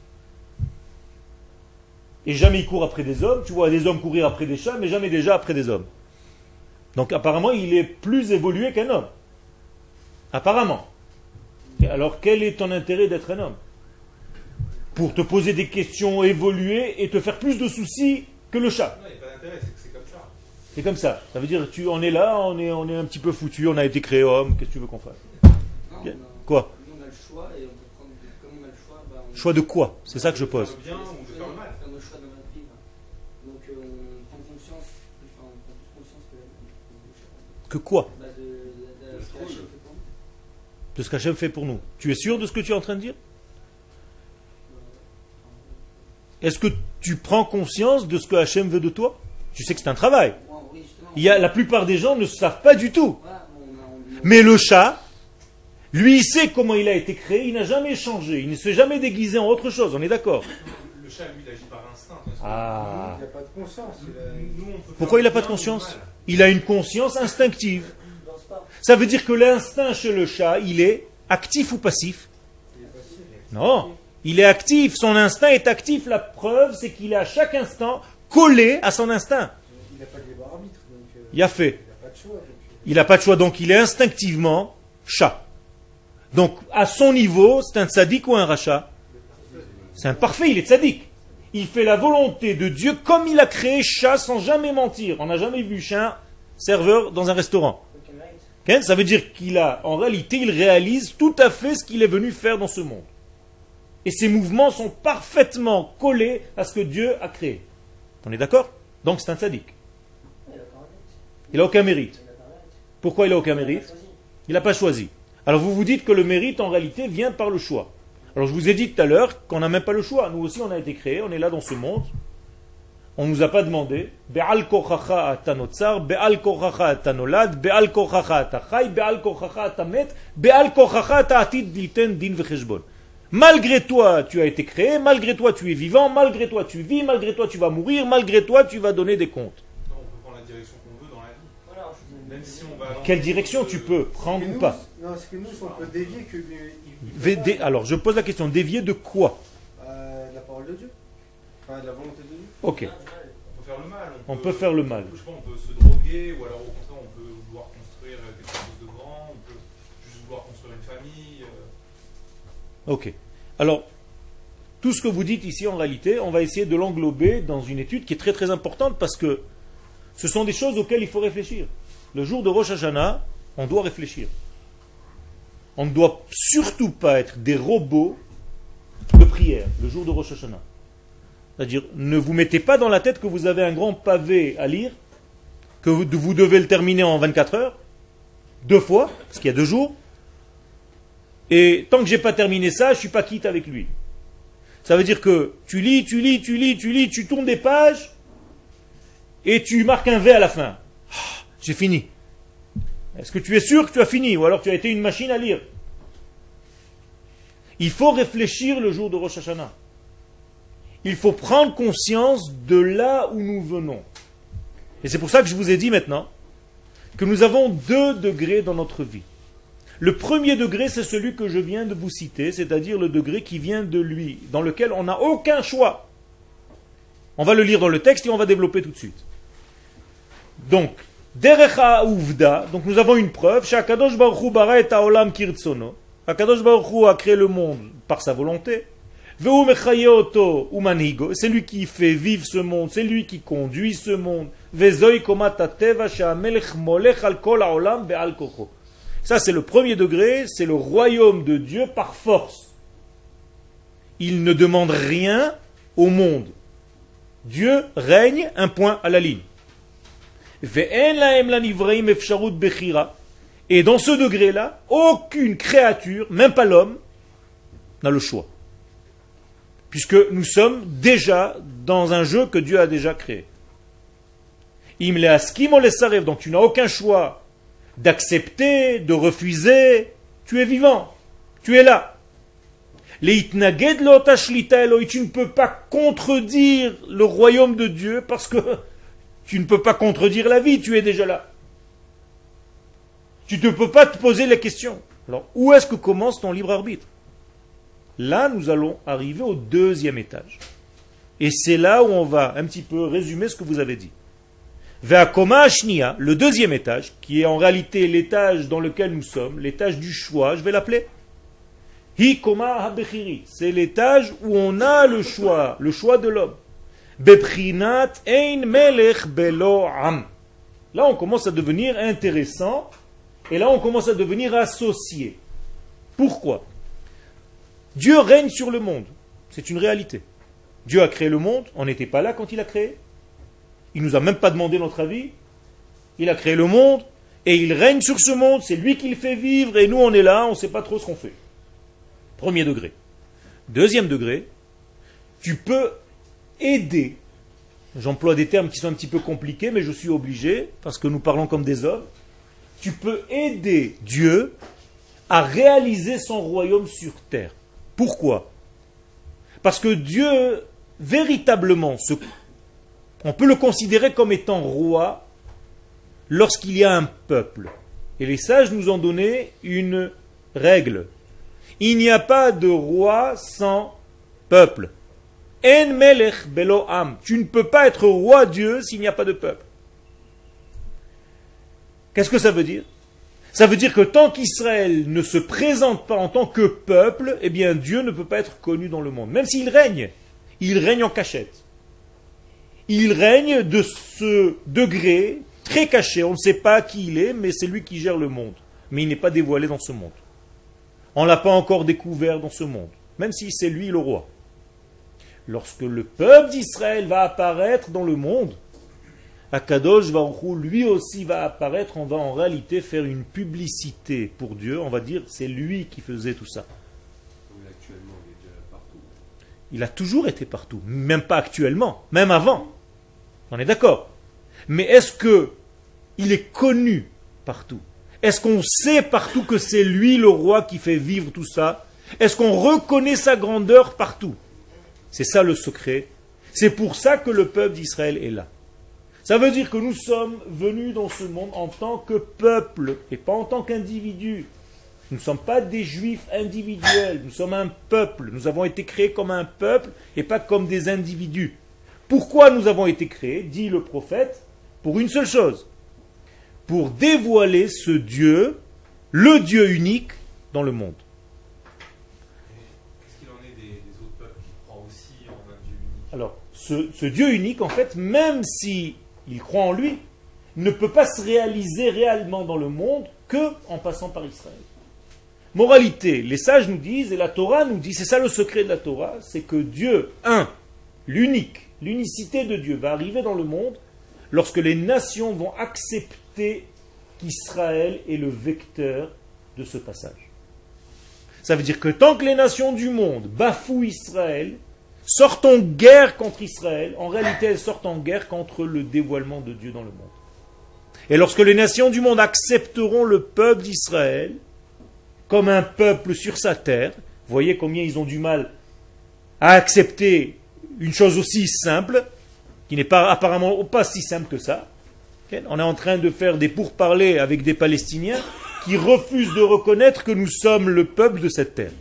Et jamais il court après des hommes. Tu vois des hommes courir après des chats, mais jamais déjà après des hommes. Donc apparemment, il est plus évolué qu'un homme. Apparemment. Alors quel est ton intérêt d'être un homme? Pour te poser des questions, évoluer et te faire plus de soucis que le chat. Non, il n'y a pas d'intérêt, c'est que c'est comme ça. C'est comme ça. Ça veut dire on est là, on est un petit peu foutu, on a été créé homme, qu'est-ce que tu veux qu'on fasse? Non, Quoi? on a le choix et on peut prendre, comme on a le choix, Choix de quoi? C'est ça que je pose. Faire le bien ou de faire le mal. faire nos choix dans notre vie. Donc on prend conscience, enfin on prend plus conscience Que quoi? de ce que Hachem fait pour nous. De ce qu'Hachem fait pour nous. Tu es sûr de ce que tu es en train de dire? Est-ce que tu prends conscience de ce que Hachem veut de toi? Tu sais que c'est un travail. Oui, justement. La plupart des gens ne savent pas du tout. Voilà, Mais le chat, lui, il sait comment il a été créé, il n'a jamais changé, il ne s'est jamais déguisé en autre chose, on est d'accord? Le chat, lui, il agit par instinct. Ah. Il n'y a pas de conscience. Nous, on peut Pourquoi faire il n'a le pas de bien ou le conscience? mal. Il a une conscience instinctive. Ça veut dire que l'instinct chez le chat, il est actif ou passif? Non, il est actif, son instinct est actif, la preuve c'est qu'il est à chaque instant collé à son instinct. Il n'a pas de libre arbitre, donc Il a fait. il n'a pas de choix. Il n'a pas de choix, donc il est instinctivement chat. Donc, à son niveau, c'est un tzaddik ou un rachat? C'est un parfait, il est tzaddik. Il fait la volonté de Dieu comme il a créé chat sans jamais mentir. On n'a jamais vu chat serveur dans un restaurant. Ça veut dire en réalité, il réalise tout à fait ce qu'il est venu faire dans ce monde. Et ses mouvements sont parfaitement collés à ce que Dieu a créé. On est d'accord? Donc c'est un tzaddik. Il n'a aucun mérite. Pourquoi il n'a aucun mérite? Il n'a pas choisi. Alors vous vous dites que le mérite en réalité vient par le choix. Alors je vous ai dit tout à l'heure qu'on n'a même pas le choix. Nous aussi on a été créés, on est là dans ce monde. On ne nous a pas demandé Be'al kochacha ata notzar, be'al kochacha ata nolad, be'al kochacha ata chay, be'al kochacha ata met, be'al kochacha ata atid dilten din vecheshbon. Malgré toi tu as été créé, malgré toi tu es vivant, malgré toi tu vis, malgré toi tu vas mourir, malgré toi tu vas donner des comptes. On peut prendre la direction qu'on veut dans la vie. Même si on va Quelle direction tu peux prendre ou pas? Non, c'est que nous, on peut dévier que Alors je pose la question, dévier de quoi? de la parole de Dieu. Enfin, de la volonté de Dieu. Ok. On peut faire le mal. On peut faire le mal. Je sais pas, on peut se droguer, ou alors au contraire, on peut vouloir construire quelque chose de grand, on peut juste vouloir construire une famille. Ok. Alors, tout ce que vous dites ici, en réalité, on va essayer de l'englober dans une étude qui est très très importante parce que ce sont des choses auxquelles il faut réfléchir. Le jour de Rosh Hashanah, on doit réfléchir. On ne doit surtout pas être des robots de prière le jour de Rosh Hashanah. C'est-à-dire, ne vous mettez pas dans la tête que vous avez un grand pavé à lire, que vous devez le terminer en 24 heures, 2 fois, parce qu'il y a 2 jours, et tant que j'ai pas terminé ça, je suis pas quitte avec lui. Ça veut dire que tu lis, tu tournes des pages, et tu marques un V à la fin. J'ai fini. Est-ce que tu es sûr que tu as fini, ou alors tu as été une machine à lire? Il faut réfléchir le jour de Rosh Hashanah. Il faut prendre conscience de là où nous venons. Et c'est pour ça que je vous ai dit maintenant que nous avons 2 degrés dans notre vie. Le premier degré, c'est celui que je viens de vous citer, c'est-à-dire le degré qui vient de lui, dans lequel on n'a aucun choix. On va le lire dans le texte et on va développer tout de suite. Donc, Derecha Uvda, donc nous avons une preuve, Shakadosh Baruch Hu bara et haolam kirtsono. Akadosh Baruch Hu a créé le monde par sa volonté. C'est lui qui fait vivre ce monde, c'est lui qui conduit ce monde. Ça c'est le premier degré, c'est le royaume de Dieu par force. Il ne demande rien au monde. Dieu règne, un point à la ligne. Et dans ce degré-là, aucune créature, même pas l'homme, n'a le choix. Puisque nous sommes déjà dans un jeu que Dieu a déjà créé. Donc tu n'as aucun choix d'accepter, de refuser. Tu es vivant. Tu es là. Tu ne peux pas contredire le royaume de Dieu parce que tu ne peux pas contredire la vie. Tu es déjà là. Tu ne peux pas te poser la question. Alors, où est-ce que commence ton libre arbitre? Là, nous allons arriver au 2e étage. Et c'est là où on va un petit peu résumer ce que vous avez dit. Ve'akoma ashnia, le 2e étage, qui est en réalité l'étage dans lequel nous sommes, l'étage du choix, je vais l'appeler. Hi koma habechiri, c'est l'étage où on a le choix de l'homme. Beprinat ein melech belo am. Là, on commence à devenir intéressant, et là, on commence à devenir associé. Pourquoi? Dieu règne sur le monde. C'est une réalité. Dieu a créé le monde. On n'était pas là quand il a créé. Il ne nous a même pas demandé notre avis. Il a créé le monde et il règne sur ce monde. C'est lui qui le fait vivre et nous on est là, on ne sait pas trop ce qu'on fait. Premier degré. 2e degré, tu peux aider. J'emploie des termes qui sont un petit peu compliqués, mais je suis obligé parce que nous parlons comme des hommes. Tu peux aider Dieu à réaliser son royaume sur terre. Pourquoi? Parce que Dieu, véritablement, on peut le considérer comme étant roi lorsqu'il y a un peuple. Et les sages nous ont donné une règle. Il n'y a pas de roi sans peuple. En melech belo am. Tu ne peux pas être roi Dieu s'il n'y a pas de peuple. Qu'est-ce que ça veut dire? Ça veut dire que tant qu'Israël ne se présente pas en tant que peuple, eh bien Dieu ne peut pas être connu dans le monde. Même s'il règne, il règne en cachette. Il règne de ce degré très caché. On ne sait pas qui il est, mais c'est lui qui gère le monde. Mais il n'est pas dévoilé dans ce monde. On ne l'a pas encore découvert dans ce monde, même si c'est lui le roi. Lorsque le peuple d'Israël va apparaître dans le monde, Akadosh Baruch Hu, lui aussi va apparaître. On va en réalité faire une publicité pour Dieu. On va dire c'est lui qui faisait tout ça. Mais actuellement, il est déjà partout. Il a toujours été partout, même pas actuellement, même avant. On est d'accord. Mais est-ce que il est connu partout? Est-ce qu'on sait partout que c'est lui le roi qui fait vivre tout ça? Est-ce qu'on reconnaît sa grandeur partout? C'est ça le secret. C'est pour ça que le peuple d'Israël est là. Ça veut dire que nous sommes venus dans ce monde en tant que peuple et pas en tant qu'individu. Nous ne sommes pas des juifs individuels, nous sommes un peuple. Nous avons été créés comme un peuple et pas comme des individus. Pourquoi nous avons été créés, dit le prophète, pour une seule chose. Pour dévoiler ce Dieu, le Dieu unique, dans le monde. Qu'est-ce qu'il en est des autres peuples qui croient aussi en un Dieu unique? Alors, ce Dieu unique, en fait, même si il croit en lui, ne peut pas se réaliser réellement dans le monde que en passant par Israël. Moralité, les sages nous disent, et la Torah nous dit, c'est ça le secret de la Torah, c'est que Dieu, l'unique, l'unicité de Dieu va arriver dans le monde lorsque les nations vont accepter qu'Israël est le vecteur de ce passage. Ça veut dire que tant que les nations du monde bafouent Israël, sortent en guerre contre Israël, en réalité elles sortent en guerre contre le dévoilement de Dieu dans le monde. Et lorsque les nations du monde accepteront le peuple d'Israël comme un peuple sur sa terre, vous voyez combien ils ont du mal à accepter une chose aussi simple, qui n'est pas apparemment pas si simple que ça. On est en train de faire des pourparlers avec des Palestiniens qui refusent de reconnaître que nous sommes le peuple de cette terre.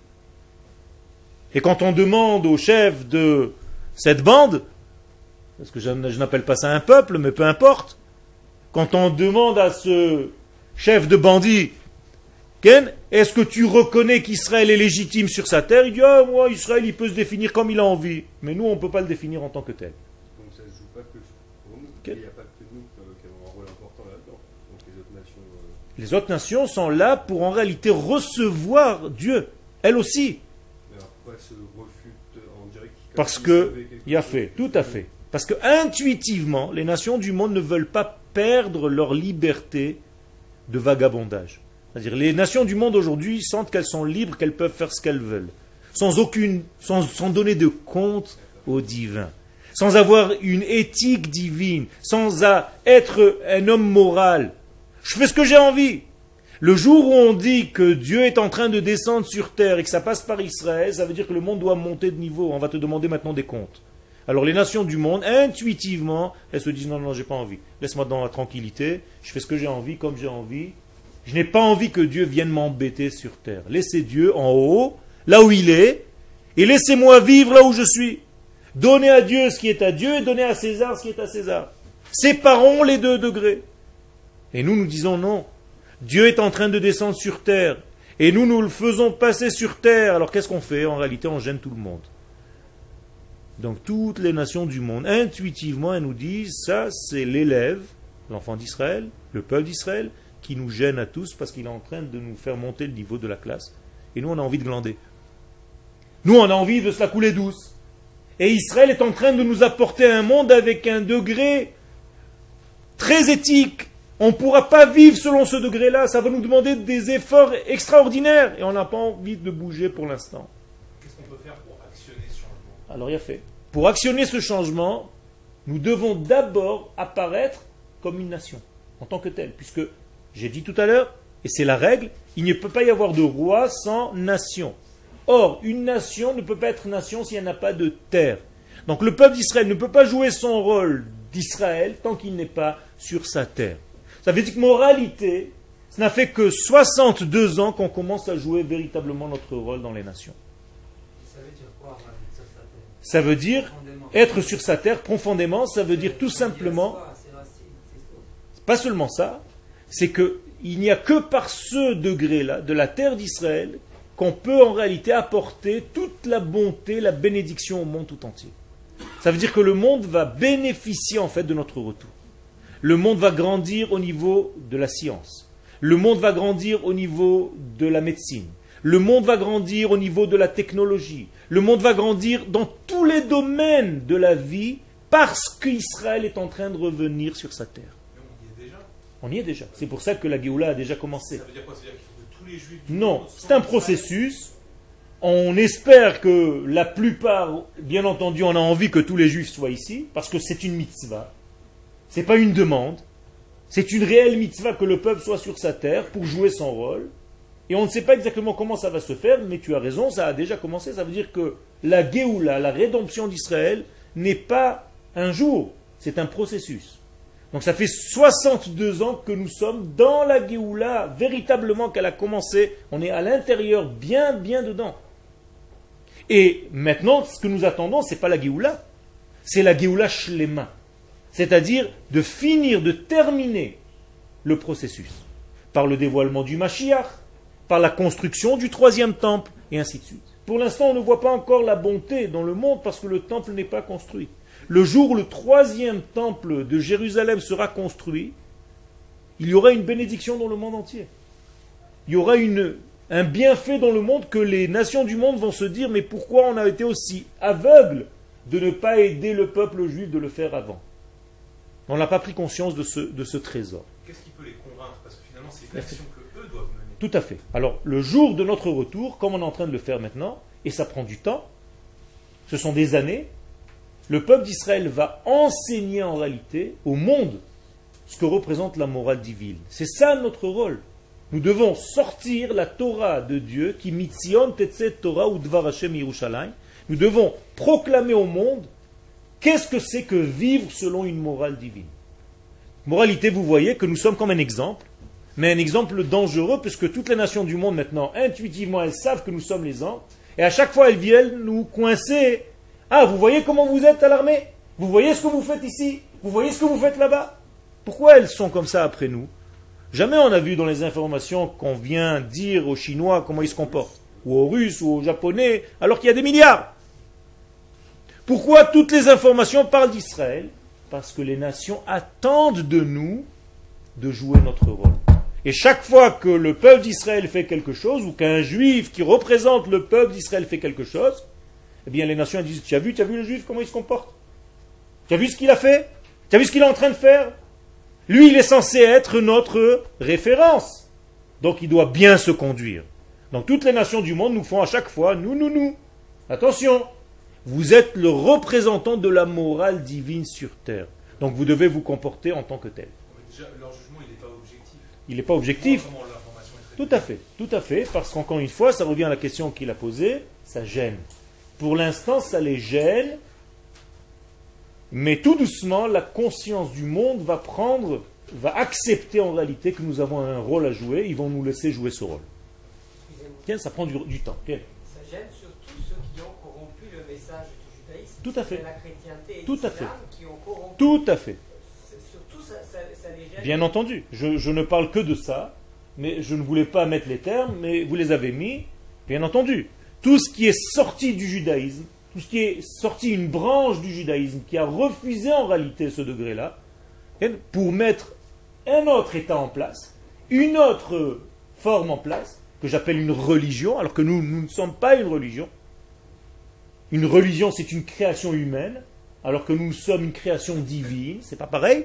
Et quand on demande au chef de cette bande, parce que je n'appelle pas ça un peuple, mais peu importe, quand on demande à ce chef de bandits, Ken, est-ce que tu reconnais qu'Israël est légitime sur sa terre? Il dit, ah, moi, Israël, il peut se définir comme il a envie. Mais nous, on ne peut pas le définir en tant que tel. Donc ça ne se joue pas que pour nous. Okay. Il n'y a pas que nous qui avons un rôle important là-dedans. Donc les autres nations... Les autres nations sont là pour en réalité recevoir Dieu, elles aussi. Mais alors pourquoi ce refus en direct? Parce que, il y a fait, tout à fait. Parce que intuitivement, les nations du monde ne veulent pas perdre leur liberté de vagabondage. C'est-à-dire, les nations du monde aujourd'hui sentent qu'elles sont libres, qu'elles peuvent faire ce qu'elles veulent, sans donner de compte au divin, sans avoir une éthique divine, sans être un homme moral. Je fais ce que j'ai envie. Le jour où on dit que Dieu est en train de descendre sur terre et que ça passe par Israël, ça veut dire que le monde doit monter de niveau. On va te demander maintenant des comptes. Alors les nations du monde, intuitivement, elles se disent non, non, j'ai pas envie. Laisse-moi dans la tranquillité, je fais ce que j'ai envie, comme j'ai envie. Je n'ai pas envie que Dieu vienne m'embêter sur terre. Laissez Dieu en haut, là où il est, et laissez-moi vivre là où je suis. Donnez à Dieu ce qui est à Dieu et donnez à César ce qui est à César. Séparons les deux degrés. Et nous disons non. Dieu est en train de descendre sur terre. Et nous le faisons passer sur terre. Alors qu'est-ce qu'on fait? En réalité, on gêne tout le monde. Donc toutes les nations du monde, intuitivement, elles nous disent, ça c'est l'élève, l'enfant d'Israël, le peuple d'Israël, qui nous gêne à tous parce qu'il est en train de nous faire monter le niveau de la classe. Et nous, on a envie de glander. Nous, on a envie de se la couler douce. Et Israël est en train de nous apporter un monde avec un degré très éthique. On ne pourra pas vivre selon ce degré-là. Ça va nous demander des efforts extraordinaires. Et on n'a pas envie de bouger pour l'instant. Qu'est-ce qu'on peut faire pour actionner ce changement? Alors, il y a fait. Pour actionner ce changement, nous devons d'abord apparaître comme une nation, en tant que telle. Puisque, j'ai dit tout à l'heure, et c'est la règle, il ne peut pas y avoir de roi sans nation. Or, une nation ne peut pas être nation s'il n'y en a pas de terre. Donc le peuple d'Israël ne peut pas jouer son rôle d'Israël tant qu'il n'est pas sur sa terre. Ça veut dire que moralité, ça n'a fait que 62 ans qu'on commence à jouer véritablement notre rôle dans les nations. Ça veut dire quoi, Rabbi, sur sa terre? Ça veut dire Profondément. être sur sa terre profondément, ça veut dire tout simplement, pas seulement ça, c'est que il n'y a que par ce degré-là de la terre d'Israël qu'on peut en réalité apporter toute la bonté, la bénédiction au monde tout entier. Ça veut dire que le monde va bénéficier en fait de notre retour. Le monde va grandir au niveau de la science. Le monde va grandir au niveau de la médecine. Le monde va grandir au niveau de la technologie. Le monde va grandir dans tous les domaines de la vie parce qu'Israël est en train de revenir sur sa terre. Mais on y est déjà. On y est déjà. C'est pour ça que la Géoula a déjà commencé. Ça veut dire quoi? Ça veut dire qu'il faut que tous les juifs du Non, monde c'est soient un en Israël. processus. On espère que la plupart, bien entendu, on a envie que tous les juifs soient ici, parce que c'est une mitzvah. C'est pas une demande. C'est une réelle mitzvah que le peuple soit sur sa terre pour jouer son rôle. Et on ne sait pas exactement comment ça va se faire, mais tu as raison, ça a déjà commencé. Ça veut dire que la Géoula, la rédemption d'Israël, n'est pas un jour, c'est un processus. Donc ça fait 62 ans que nous sommes dans la Géoula, véritablement qu'elle a commencé. On est à l'intérieur, bien, bien dedans. Et maintenant, ce que nous attendons, ce n'est pas la Géoula, c'est la Géoula Shlema. C'est-à-dire de finir, de terminer le processus. Par le dévoilement du Mashiach, par la construction du 3e temple, et ainsi de suite. Pour l'instant, on ne voit pas encore la bonté dans le monde parce que le temple n'est pas construit. Le jour où le 3e temple de Jérusalem sera construit, il y aura une bénédiction dans le monde entier. Il y aura un bienfait dans le monde que les nations du monde vont se dire, mais pourquoi on a été aussi aveugles de ne pas aider le peuple juif de le faire avant? On n'a pas pris conscience de ce trésor. Qu'est-ce qui peut les convaincre? Parce que finalement, c'est une action que eux doivent mener. Tout à fait. Alors, le jour de notre retour, comme on est en train de le faire maintenant, et ça prend du temps, ce sont des années, le peuple d'Israël va enseigner en réalité au monde ce que représente la morale divine. C'est ça notre rôle. Nous devons sortir la Torah de Dieu, qui mitzion tetzet Torah ou dvar Hashem Yerushalayim. Nous devons proclamer au monde qu'est-ce que c'est que vivre selon une morale divine. Moralité, vous voyez que nous sommes comme un exemple, mais un exemple dangereux, puisque toutes les nations du monde maintenant, intuitivement, elles savent que nous sommes les anges, et à chaque fois elles viennent nous coincer. Ah, vous voyez comment vous êtes à l'armée? Vous voyez ce que vous faites ici? Vous voyez ce que vous faites là-bas? Pourquoi elles sont comme ça après nous? Jamais on a vu dans les informations qu'on vient dire aux Chinois comment ils se comportent, ou aux Russes, ou aux Japonais, alors qu'il y a des milliards. Pourquoi toutes les informations parlent d'Israël? Parce que les nations attendent de nous de jouer notre rôle. Et chaque fois que le peuple d'Israël fait quelque chose, ou qu'un juif qui représente le peuple d'Israël fait quelque chose, eh bien les nations disent, tu as vu le juif, comment il se comporte? Tu as vu ce qu'il a fait? Tu as vu ce qu'il est en train de faire? Lui, il est censé être notre référence. Donc il doit bien se conduire. Donc toutes les nations du monde nous font à chaque fois, nous. Attention, vous êtes le représentant de la morale divine sur terre. Donc vous devez vous comporter en tant que tel. Mais déjà, leur jugement, il n'est pas objectif. Il n'est pas objectif. Comment l'information est traitée. Tout à fait, parce qu'encore une fois, ça revient à la question qu'il a posée, ça gêne. Pour l'instant, ça les gêne, mais tout doucement, la conscience du monde va accepter en réalité que nous avons un rôle à jouer, ils vont nous laisser jouer ce rôle. Excusez-moi. Tiens, ça prend du temps. Tiens. Ça gêne surtout ceux qui ont corrompu le message du judaïsme. Tout à fait. De la chrétienté et Tout de à l'islam fait. qui ont corrompu. Tout à fait. Surtout ça les gêne. Bien entendu, je ne parle que de ça, mais je ne voulais pas mettre les termes, mais vous les avez mis, bien entendu. Tout ce qui est sorti du judaïsme, tout ce qui est sorti une branche du judaïsme, qui a refusé en réalité ce degré-là, pour mettre un autre état en place, une autre forme en place, que j'appelle une religion, alors que nous ne sommes pas une religion. Une religion, c'est une création humaine, alors que nous sommes une création divine, c'est pas pareil.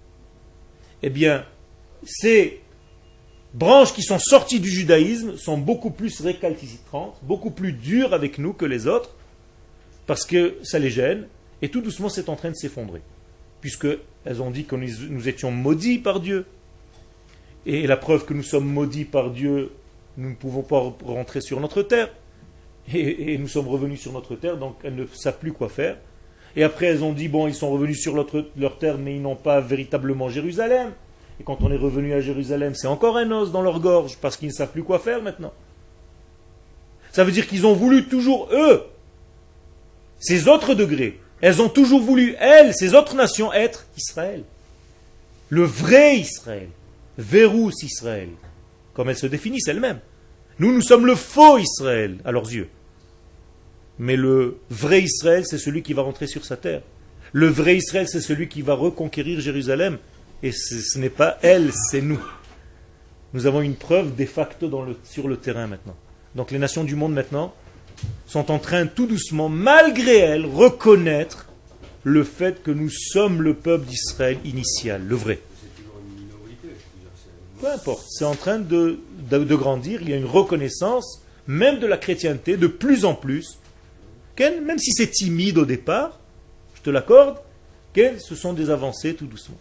Eh bien, ces branches qui sont sorties du judaïsme sont beaucoup plus récalcitrantes, beaucoup plus dures avec nous que les autres, parce que ça les gêne, et tout doucement c'est en train de s'effondrer, puisqu'elles ont dit que nous étions maudits par Dieu. Et la preuve que nous sommes maudits par Dieu, nous ne pouvons pas rentrer sur notre terre, et nous sommes revenus sur notre terre, donc elles ne savent plus quoi faire. Et après elles ont dit, bon, ils sont revenus sur leur terre, mais ils n'ont pas véritablement Jérusalem. Et quand on est revenu à Jérusalem, c'est encore un os dans leur gorge, parce qu'ils ne savent plus quoi faire maintenant. Ça veut dire qu'ils ont voulu toujours, eux, Ces autres degrés, elles ont toujours voulu, elles, ces autres nations, être Israël. Le vrai Israël. Verus Israël. Comme elles se définissent elles-mêmes. Nous sommes le faux Israël, à leurs yeux. Mais le vrai Israël, c'est celui qui va rentrer sur sa terre. Le vrai Israël, c'est celui qui va reconquérir Jérusalem. Et ce n'est pas elle, c'est nous. Nous avons une preuve de facto sur le terrain maintenant. Donc les nations du monde maintenant sont en train tout doucement, malgré elles, reconnaître le fait que nous sommes le peuple d'Israël initial, le vrai. C'est toujours une minorité, je veux dire. Peu importe, c'est en train de grandir, il y a une reconnaissance, même de la chrétienté, de plus en plus, même si c'est timide au départ, je te l'accorde, ce sont des avancées tout doucement.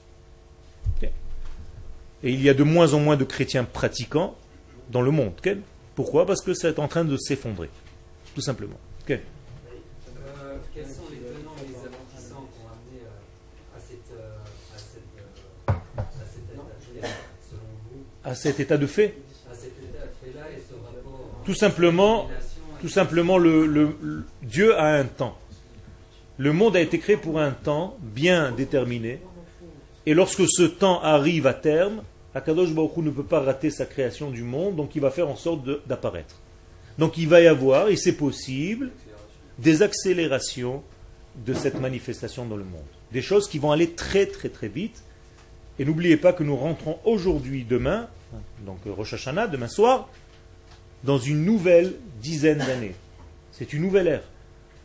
Et il y a de moins en moins de chrétiens pratiquants dans le monde. Pourquoi? Parce que c'est en train de s'effondrer. Tout simplement. Quels sont les tenants et les aboutissants qui ont amené à cet état de fait, selon vous? À cet état de fait? À cet état de fait-là et ce rapport... Tout simplement Dieu a un temps. Le monde a été créé pour un temps bien déterminé. Et lorsque ce temps arrive à terme, Akadosh Baruch Hu ne peut pas rater sa création du monde, donc il va faire en sorte d'apparaître. Donc il va y avoir, et c'est possible, des accélérations de cette manifestation dans le monde. Des choses qui vont aller très très très vite. Et n'oubliez pas que nous rentrons aujourd'hui, demain, donc Rosh Hashanah, demain soir, dans une nouvelle dizaine d'années. C'est une nouvelle ère.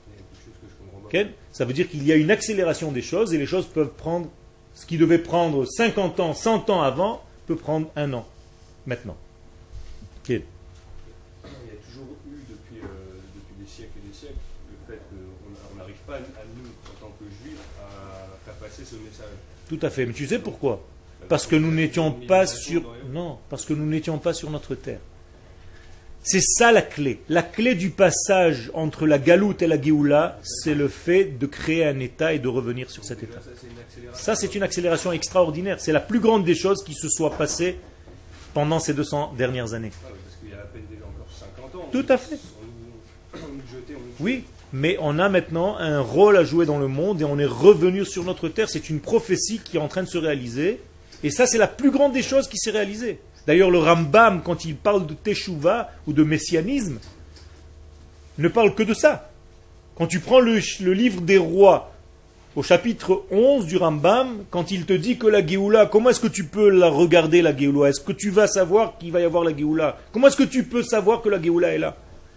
Okay? Ça veut dire qu'il y a une accélération des choses, et les choses peuvent prendre, ce qui devait prendre 50 ans, 100 ans avant, peut prendre un an, maintenant. Okay. Il y a toujours eu, depuis des siècles et des siècles, le fait qu'on n'arrive pas, à nous, en tant que juifs, à faire passer ce message. Tout à fait. Mais tu sais pourquoi? Parce que nous n'étions pas sur... Non, parce que nous n'étions pas sur notre terre. C'est ça la clé. La clé du passage entre la galoute et la géoula, c'est le fait de créer un état et de revenir sur cet état. Ça, c'est une accélération extraordinaire. C'est la plus grande des choses qui se soit passée pendant ces 200 dernières années. Parce qu'il y a à peine déjà encore 50 ans. Tout à fait. On nous jetait, oui, mais on a maintenant un rôle à jouer dans le monde et on est revenu sur notre terre. C'est une prophétie qui est en train de se réaliser. Et ça, c'est la plus grande des choses qui s'est réalisée. D'ailleurs, le Rambam, quand il parle de Teshuvah ou de messianisme, ne parle que de ça. Quand tu prends le livre des rois, au chapitre 11 du Rambam, quand il te dit que la Géoula, comment est-ce que tu peux la regarder, la Géoula? Est-ce que tu vas savoir qu'il va y avoir la Géoula? Comment est-ce que tu peux savoir que la Géoula est là?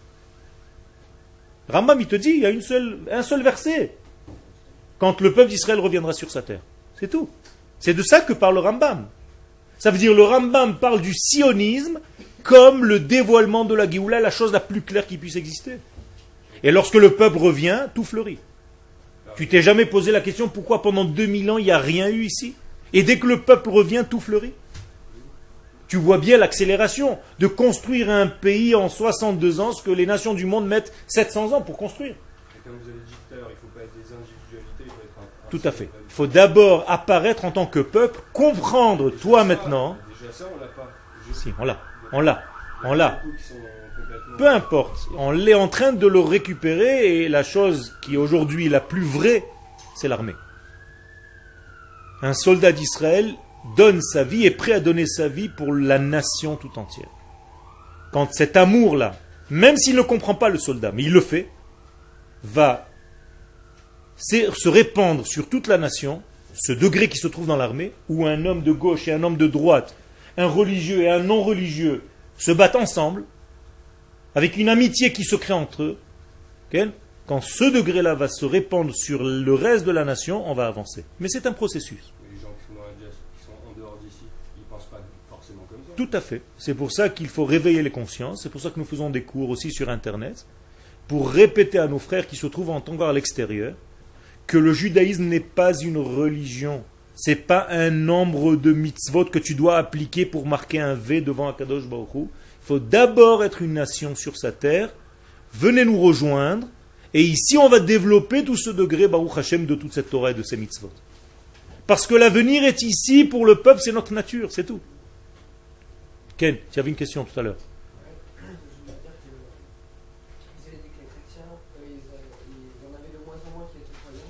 Rambam, il te dit, il y a un seul verset. Quand le peuple d'Israël reviendra sur sa terre. C'est tout. C'est de ça que parle le Rambam. Ça veut dire le Rambam parle du sionisme comme le dévoilement de la Géoula, la chose la plus claire qui puisse exister. Et lorsque le peuple revient, tout fleurit. Tu t'es jamais posé la question pourquoi pendant 2000 ans il n'y a rien eu ici? Et dès que le peuple revient, tout fleurit. Tu vois bien l'accélération de construire un pays en 62 ans, ce que les nations du monde mettent 700 ans pour construire. Et comme vous avez dit tout à l'heure, il ne faut pas être des individualités, il faut être un... Tout à fait. Il faut d'abord apparaître en tant que peuple, comprendre, toi maintenant... Déjà ça, on l'a pas. Si, on l'a. Peu importe, on est en train de le récupérer et la chose qui est aujourd'hui la plus vraie, c'est l'armée. Un soldat d'Israël donne sa vie, est prêt à donner sa vie pour la nation tout entière. Quand cet amour-là, même s'il ne comprend pas le soldat, mais il le fait, va se répandre sur toute la nation, ce degré qui se trouve dans l'armée, où un homme de gauche et un homme de droite, un religieux et un non-religieux se battent ensemble, avec une amitié qui se crée entre eux, quand ce degré-là va se répandre sur le reste de la nation, on va avancer. Mais c'est un processus. Les gens qui sont dans la diaspora, qui sont en dehors d'ici, ils ne pensent pas forcément comme ça. Tout à fait. C'est pour ça qu'il faut réveiller les consciences. C'est pour ça que nous faisons des cours aussi sur Internet, pour répéter à nos frères qui se trouvent encore à l'extérieur, que le judaïsme n'est pas une religion. Ce n'est pas un nombre de mitzvot que tu dois appliquer pour marquer un V devant Akadosh Baruch Hu. Il faut d'abord être une nation sur sa terre. Venez nous rejoindre. Et ici, on va développer tout ce degré, Baruch Hashem, de toute cette Torah et de ces mitzvot. Parce que l'avenir est ici pour le peuple, c'est notre nature, c'est tout. Ken, tu avais une question tout à l'heure. Vous avez dit que les chrétiens, ils en avaient de moins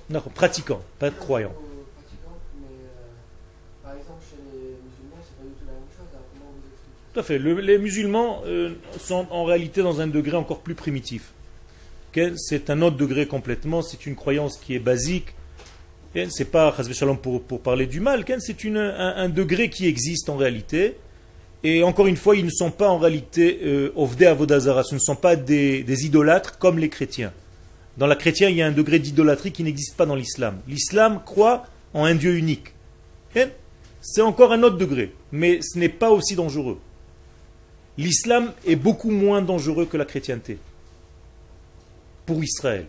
Non, pratiquant, pas croyant. Pratiquant, mais par exemple chez les musulmans, c'est pas du tout la même chose. Alors comment vous expliquez? Tout à fait. Les musulmans sont en réalité dans un degré encore plus primitif. Ok, c'est un autre degré complètement, c'est une croyance qui est basique. Ok, c'est pas chas v'shalom pour parler du mal, ok, c'est un degré qui existe en réalité. Et encore une fois, ils ne sont pas en réalité ovdei avodazara, ce ne sont pas des idolâtres comme les chrétiens. Dans la chrétienne, il y a un degré d'idolâtrie qui n'existe pas dans l'islam. L'islam croit en un Dieu unique. Ok, c'est encore un autre degré, mais ce n'est pas aussi dangereux. L'islam est beaucoup moins dangereux que la chrétienté. Pour Israël.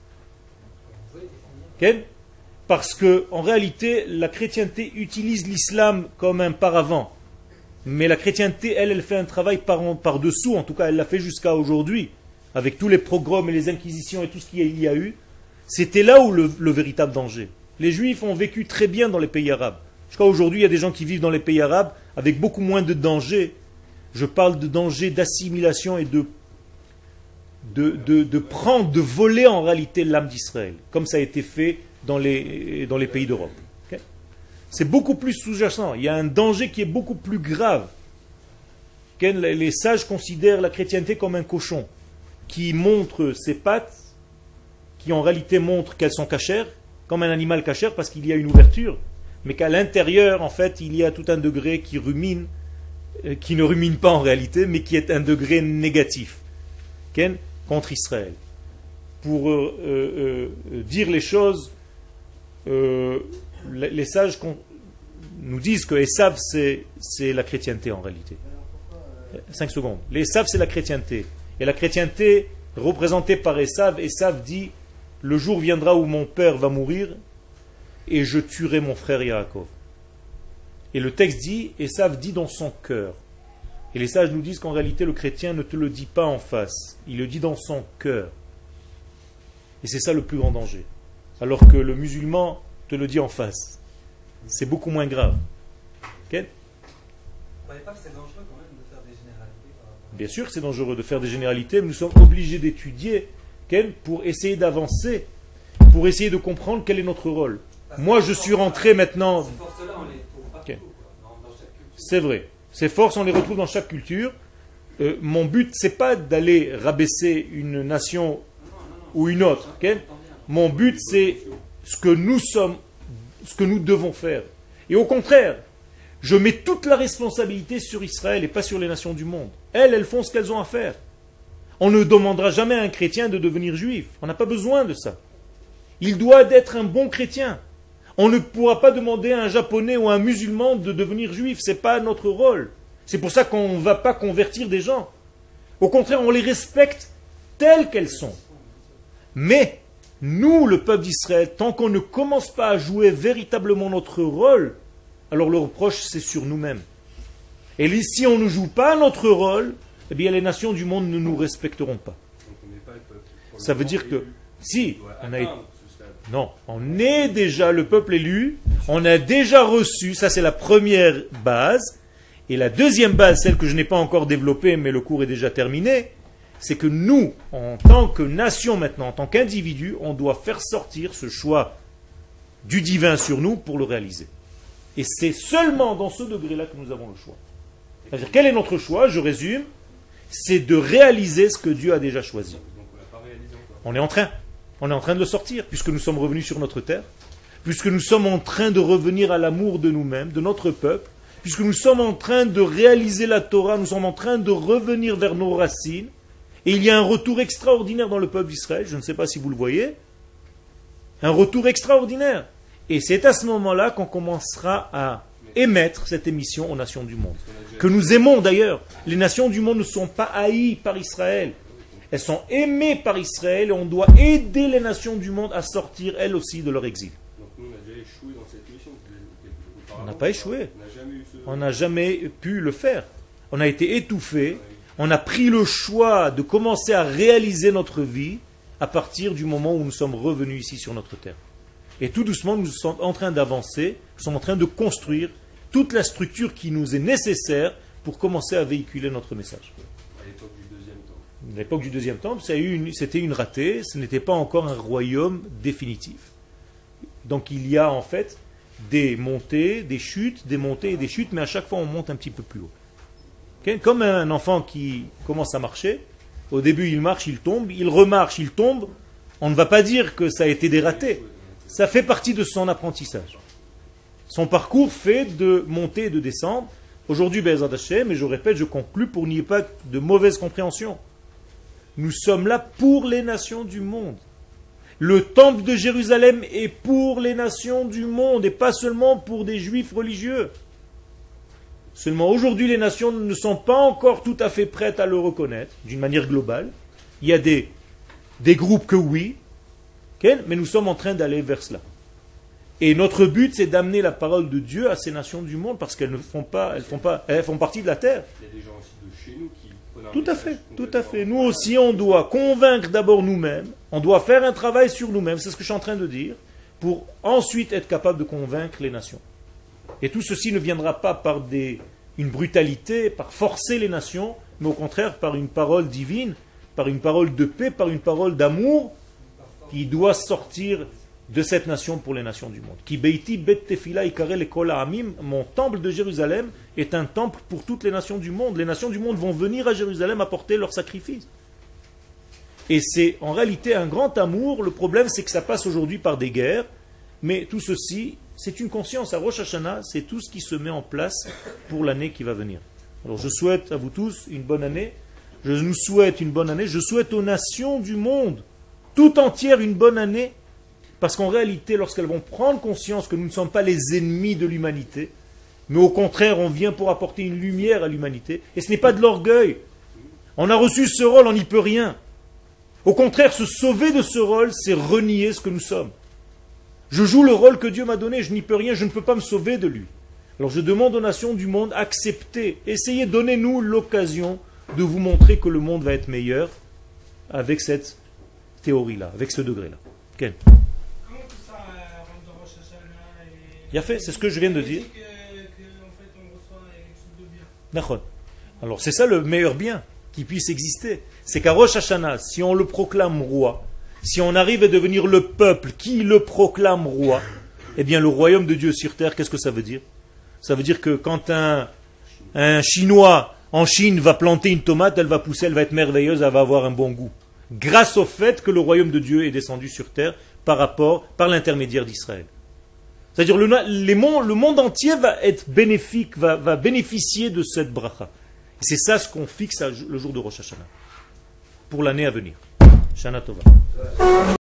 Okay? Parce que en réalité, la chrétienté utilise l'islam comme un paravent. Mais la chrétienté, elle fait un travail par-dessous, en tout cas elle l'a fait jusqu'à aujourd'hui, avec tous les pogroms et les inquisitions et tout ce qu'il y a eu. C'était là où le véritable danger. Les juifs ont vécu très bien dans les pays arabes. Jusqu'à aujourd'hui, il y a des gens qui vivent dans les pays arabes avec beaucoup moins de danger. Je parle de danger d'assimilation et de prendre, de voler en réalité l'âme d'Israël, comme ça a été fait dans les pays d'Europe. Okay? C'est beaucoup plus sous-jacent. Il y a un danger qui est beaucoup plus grave. Okay? Les sages considèrent la chrétienté comme un cochon qui montre ses pattes, qui en réalité montre qu'elles sont cachères, comme un animal cachère parce qu'il y a une ouverture, mais qu'à l'intérieur, en fait, il y a tout un degré qui rumine, qui ne rumine pas en réalité, mais qui est un degré négatif. Okay? Contre Israël. Pour dire les choses, les sages nous disent que Esav c'est la chrétienté en réalité. 5 secondes. Les Esav c'est la chrétienté. Et la chrétienté représentée par Esav, Esav dit le jour viendra où mon père va mourir et je tuerai mon frère Yaakov. Et le texte dit, Esav dit dans son cœur. Et les sages nous disent qu'en réalité, le chrétien ne te le dit pas en face. Il le dit dans son cœur. Et c'est ça le plus grand danger. Alors que le musulman te le dit en face. C'est beaucoup moins grave. Okay? Vous ne croyez pas que c'est dangereux quand même de faire des généralités par rapport à... Bien sûr que c'est dangereux de faire des généralités, mais nous sommes obligés d'étudier pour essayer d'avancer, pour essayer de comprendre quel est notre rôle. Moi, je suis rentré maintenant... Ces forces-là, on les trouve partout, Okay. quoi, dans chaque culture. C'est vrai. Ces forces, on les retrouve dans chaque culture. Mon but, c'est pas d'aller rabaisser une nation ou une autre. Okay? Mon but, c'est ce que nous sommes, ce que nous devons faire. Et au contraire, je mets toute la responsabilité sur Israël et pas sur les nations du monde. Elles font ce qu'elles ont à faire. On ne demandera jamais à un chrétien de devenir juif. On n'a pas besoin de ça. Il doit être un bon chrétien. On ne pourra pas demander à un japonais ou à un musulman de devenir juif. Ce n'est pas notre rôle. C'est pour ça qu'on ne va pas convertir des gens. Au contraire, on les respecte telles qu'elles sont. Mais, nous, le peuple d'Israël, tant qu'on ne commence pas à jouer véritablement notre rôle, alors le reproche, c'est sur nous-mêmes. Et si on ne joue pas notre rôle, eh bien les nations du monde ne nous respecteront pas. Donc on n'est pas le peuple. Ça veut dire que, si, on a été... atteindre ce stade. Non, on est déjà le peuple élu, on a déjà reçu, ça c'est la première base, et la deuxième base, celle que je n'ai pas encore développée, mais le cours est déjà terminé, c'est que nous, en tant que nation maintenant, en tant qu'individu, on doit faire sortir ce choix du divin sur nous pour le réaliser. Et c'est seulement dans ce degré-là que nous avons le choix. C'est-à-dire, quel est notre choix? Je résume, c'est de réaliser ce que Dieu a déjà choisi. Donc on l'a pas réalisé encore. On est en train de le sortir, puisque nous sommes revenus sur notre terre, puisque nous sommes en train de revenir à l'amour de nous-mêmes, de notre peuple, puisque nous sommes en train de réaliser la Torah, nous sommes en train de revenir vers nos racines, et il y a un retour extraordinaire dans le peuple d'Israël, je ne sais pas si vous le voyez, un retour extraordinaire. Et c'est à ce moment-là qu'on commencera à émettre cette émission aux nations du monde. Que nous aimons d'ailleurs. Les nations du monde ne sont pas haïes par Israël. Elles sont aimées par Israël et on doit aider les nations du monde à sortir elles aussi de leur exil. Donc nous on a déjà échoué dans cette mission. On n'a pas échoué. On n'a jamais eu ce... On n'a jamais pu le faire. On a été étouffé. On a pris le choix de commencer à réaliser notre vie à partir du moment où nous sommes revenus ici sur notre terre. Et tout doucement, nous sommes en train d'avancer, nous sommes en train de construire toute la structure qui nous est nécessaire pour commencer à véhiculer notre message. À l'époque du deuxième temps. À l'époque du deuxième temple, c'était une ratée, ce n'était pas encore un royaume définitif. Donc il y a en fait des montées, des chutes, des montées et des chutes, mais à chaque fois on monte un petit peu plus haut. Ok? Comme un enfant qui commence à marcher, au début il marche, il tombe, il remarche, il tombe, on ne va pas dire que ça a été des ratés. Ça fait partie de son apprentissage. Son parcours fait de monter et de descendre. Aujourd'hui, Be'ezrat Hashem, et je répète, je conclus pour qu'il n'y ait pas de mauvaise compréhension. Nous sommes là pour les nations du monde. Le temple de Jérusalem est pour les nations du monde et pas seulement pour des juifs religieux. Seulement aujourd'hui, les nations ne sont pas encore tout à fait prêtes à le reconnaître d'une manière globale. Il y a des groupes que oui, mais nous sommes en train d'aller vers cela. Et notre but, c'est d'amener la parole de Dieu à ces nations du monde parce qu'elles ne font pas, elles font partie de la terre. Il y a des gens aussi de chez nous qui prennent un Tout à message fait, tout à fait. complètement- Nous aussi, on doit convaincre d'abord nous-mêmes, on doit faire un travail sur nous-mêmes, c'est ce que je suis en train de dire, pour ensuite être capable de convaincre les nations. Et tout ceci ne viendra pas par une brutalité, par forcer les nations, mais au contraire par une parole divine, par une parole de paix, par une parole d'amour qui doit sortir de cette nation pour les nations du monde. Ki beiti bet tefila ikare lekol ha'amim, mon temple de Jérusalem est un temple pour toutes les nations du monde. Les nations du monde vont venir à Jérusalem apporter leurs sacrifices. Et c'est en réalité un grand amour. Le problème, c'est que ça passe aujourd'hui par des guerres, mais tout ceci, c'est une conscience. À Rosh Hashanah, c'est tout ce qui se met en place pour l'année qui va venir. Alors je souhaite à vous tous une bonne année. Je nous souhaite une bonne année. Je souhaite aux nations du monde tout entière une bonne année. Parce qu'en réalité, lorsqu'elles vont prendre conscience que nous ne sommes pas les ennemis de l'humanité, mais au contraire, on vient pour apporter une lumière à l'humanité, et ce n'est pas de l'orgueil. On a reçu ce rôle, on n'y peut rien. Au contraire, se sauver de ce rôle, c'est renier ce que nous sommes. Je joue le rôle que Dieu m'a donné, je n'y peux rien, je ne peux pas me sauver de lui. Alors je demande aux nations du monde, acceptez, essayez, donnez-nous l'occasion de vous montrer que le monde va être meilleur avec cette théorie-là, avec ce degré-là. Ken? Comment tout ça rentre dans Rosh Hashanah et... Bien fait, c'est ce que je viens de dire. En fait, on reçoit quelque chose de bien. Nachon. Alors c'est ça le meilleur bien qui puisse exister. C'est qu'à Rosh Hashanah, si on le proclame roi, si on arrive à devenir le peuple qui le proclame roi, eh bien le royaume de Dieu sur terre, qu'est-ce que ça veut dire? Ça veut dire que quand un Chinois en Chine va planter une tomate, elle va pousser, elle va être merveilleuse, elle va avoir un bon goût. Grâce au fait que le royaume de Dieu est descendu sur terre par l'intermédiaire d'Israël. C'est-à-dire le monde entier va être bénéfique, va bénéficier de cette bracha. Et c'est ça ce qu'on fixe le jour de Rosh Hashanah, pour l'année à venir. Shana Tova.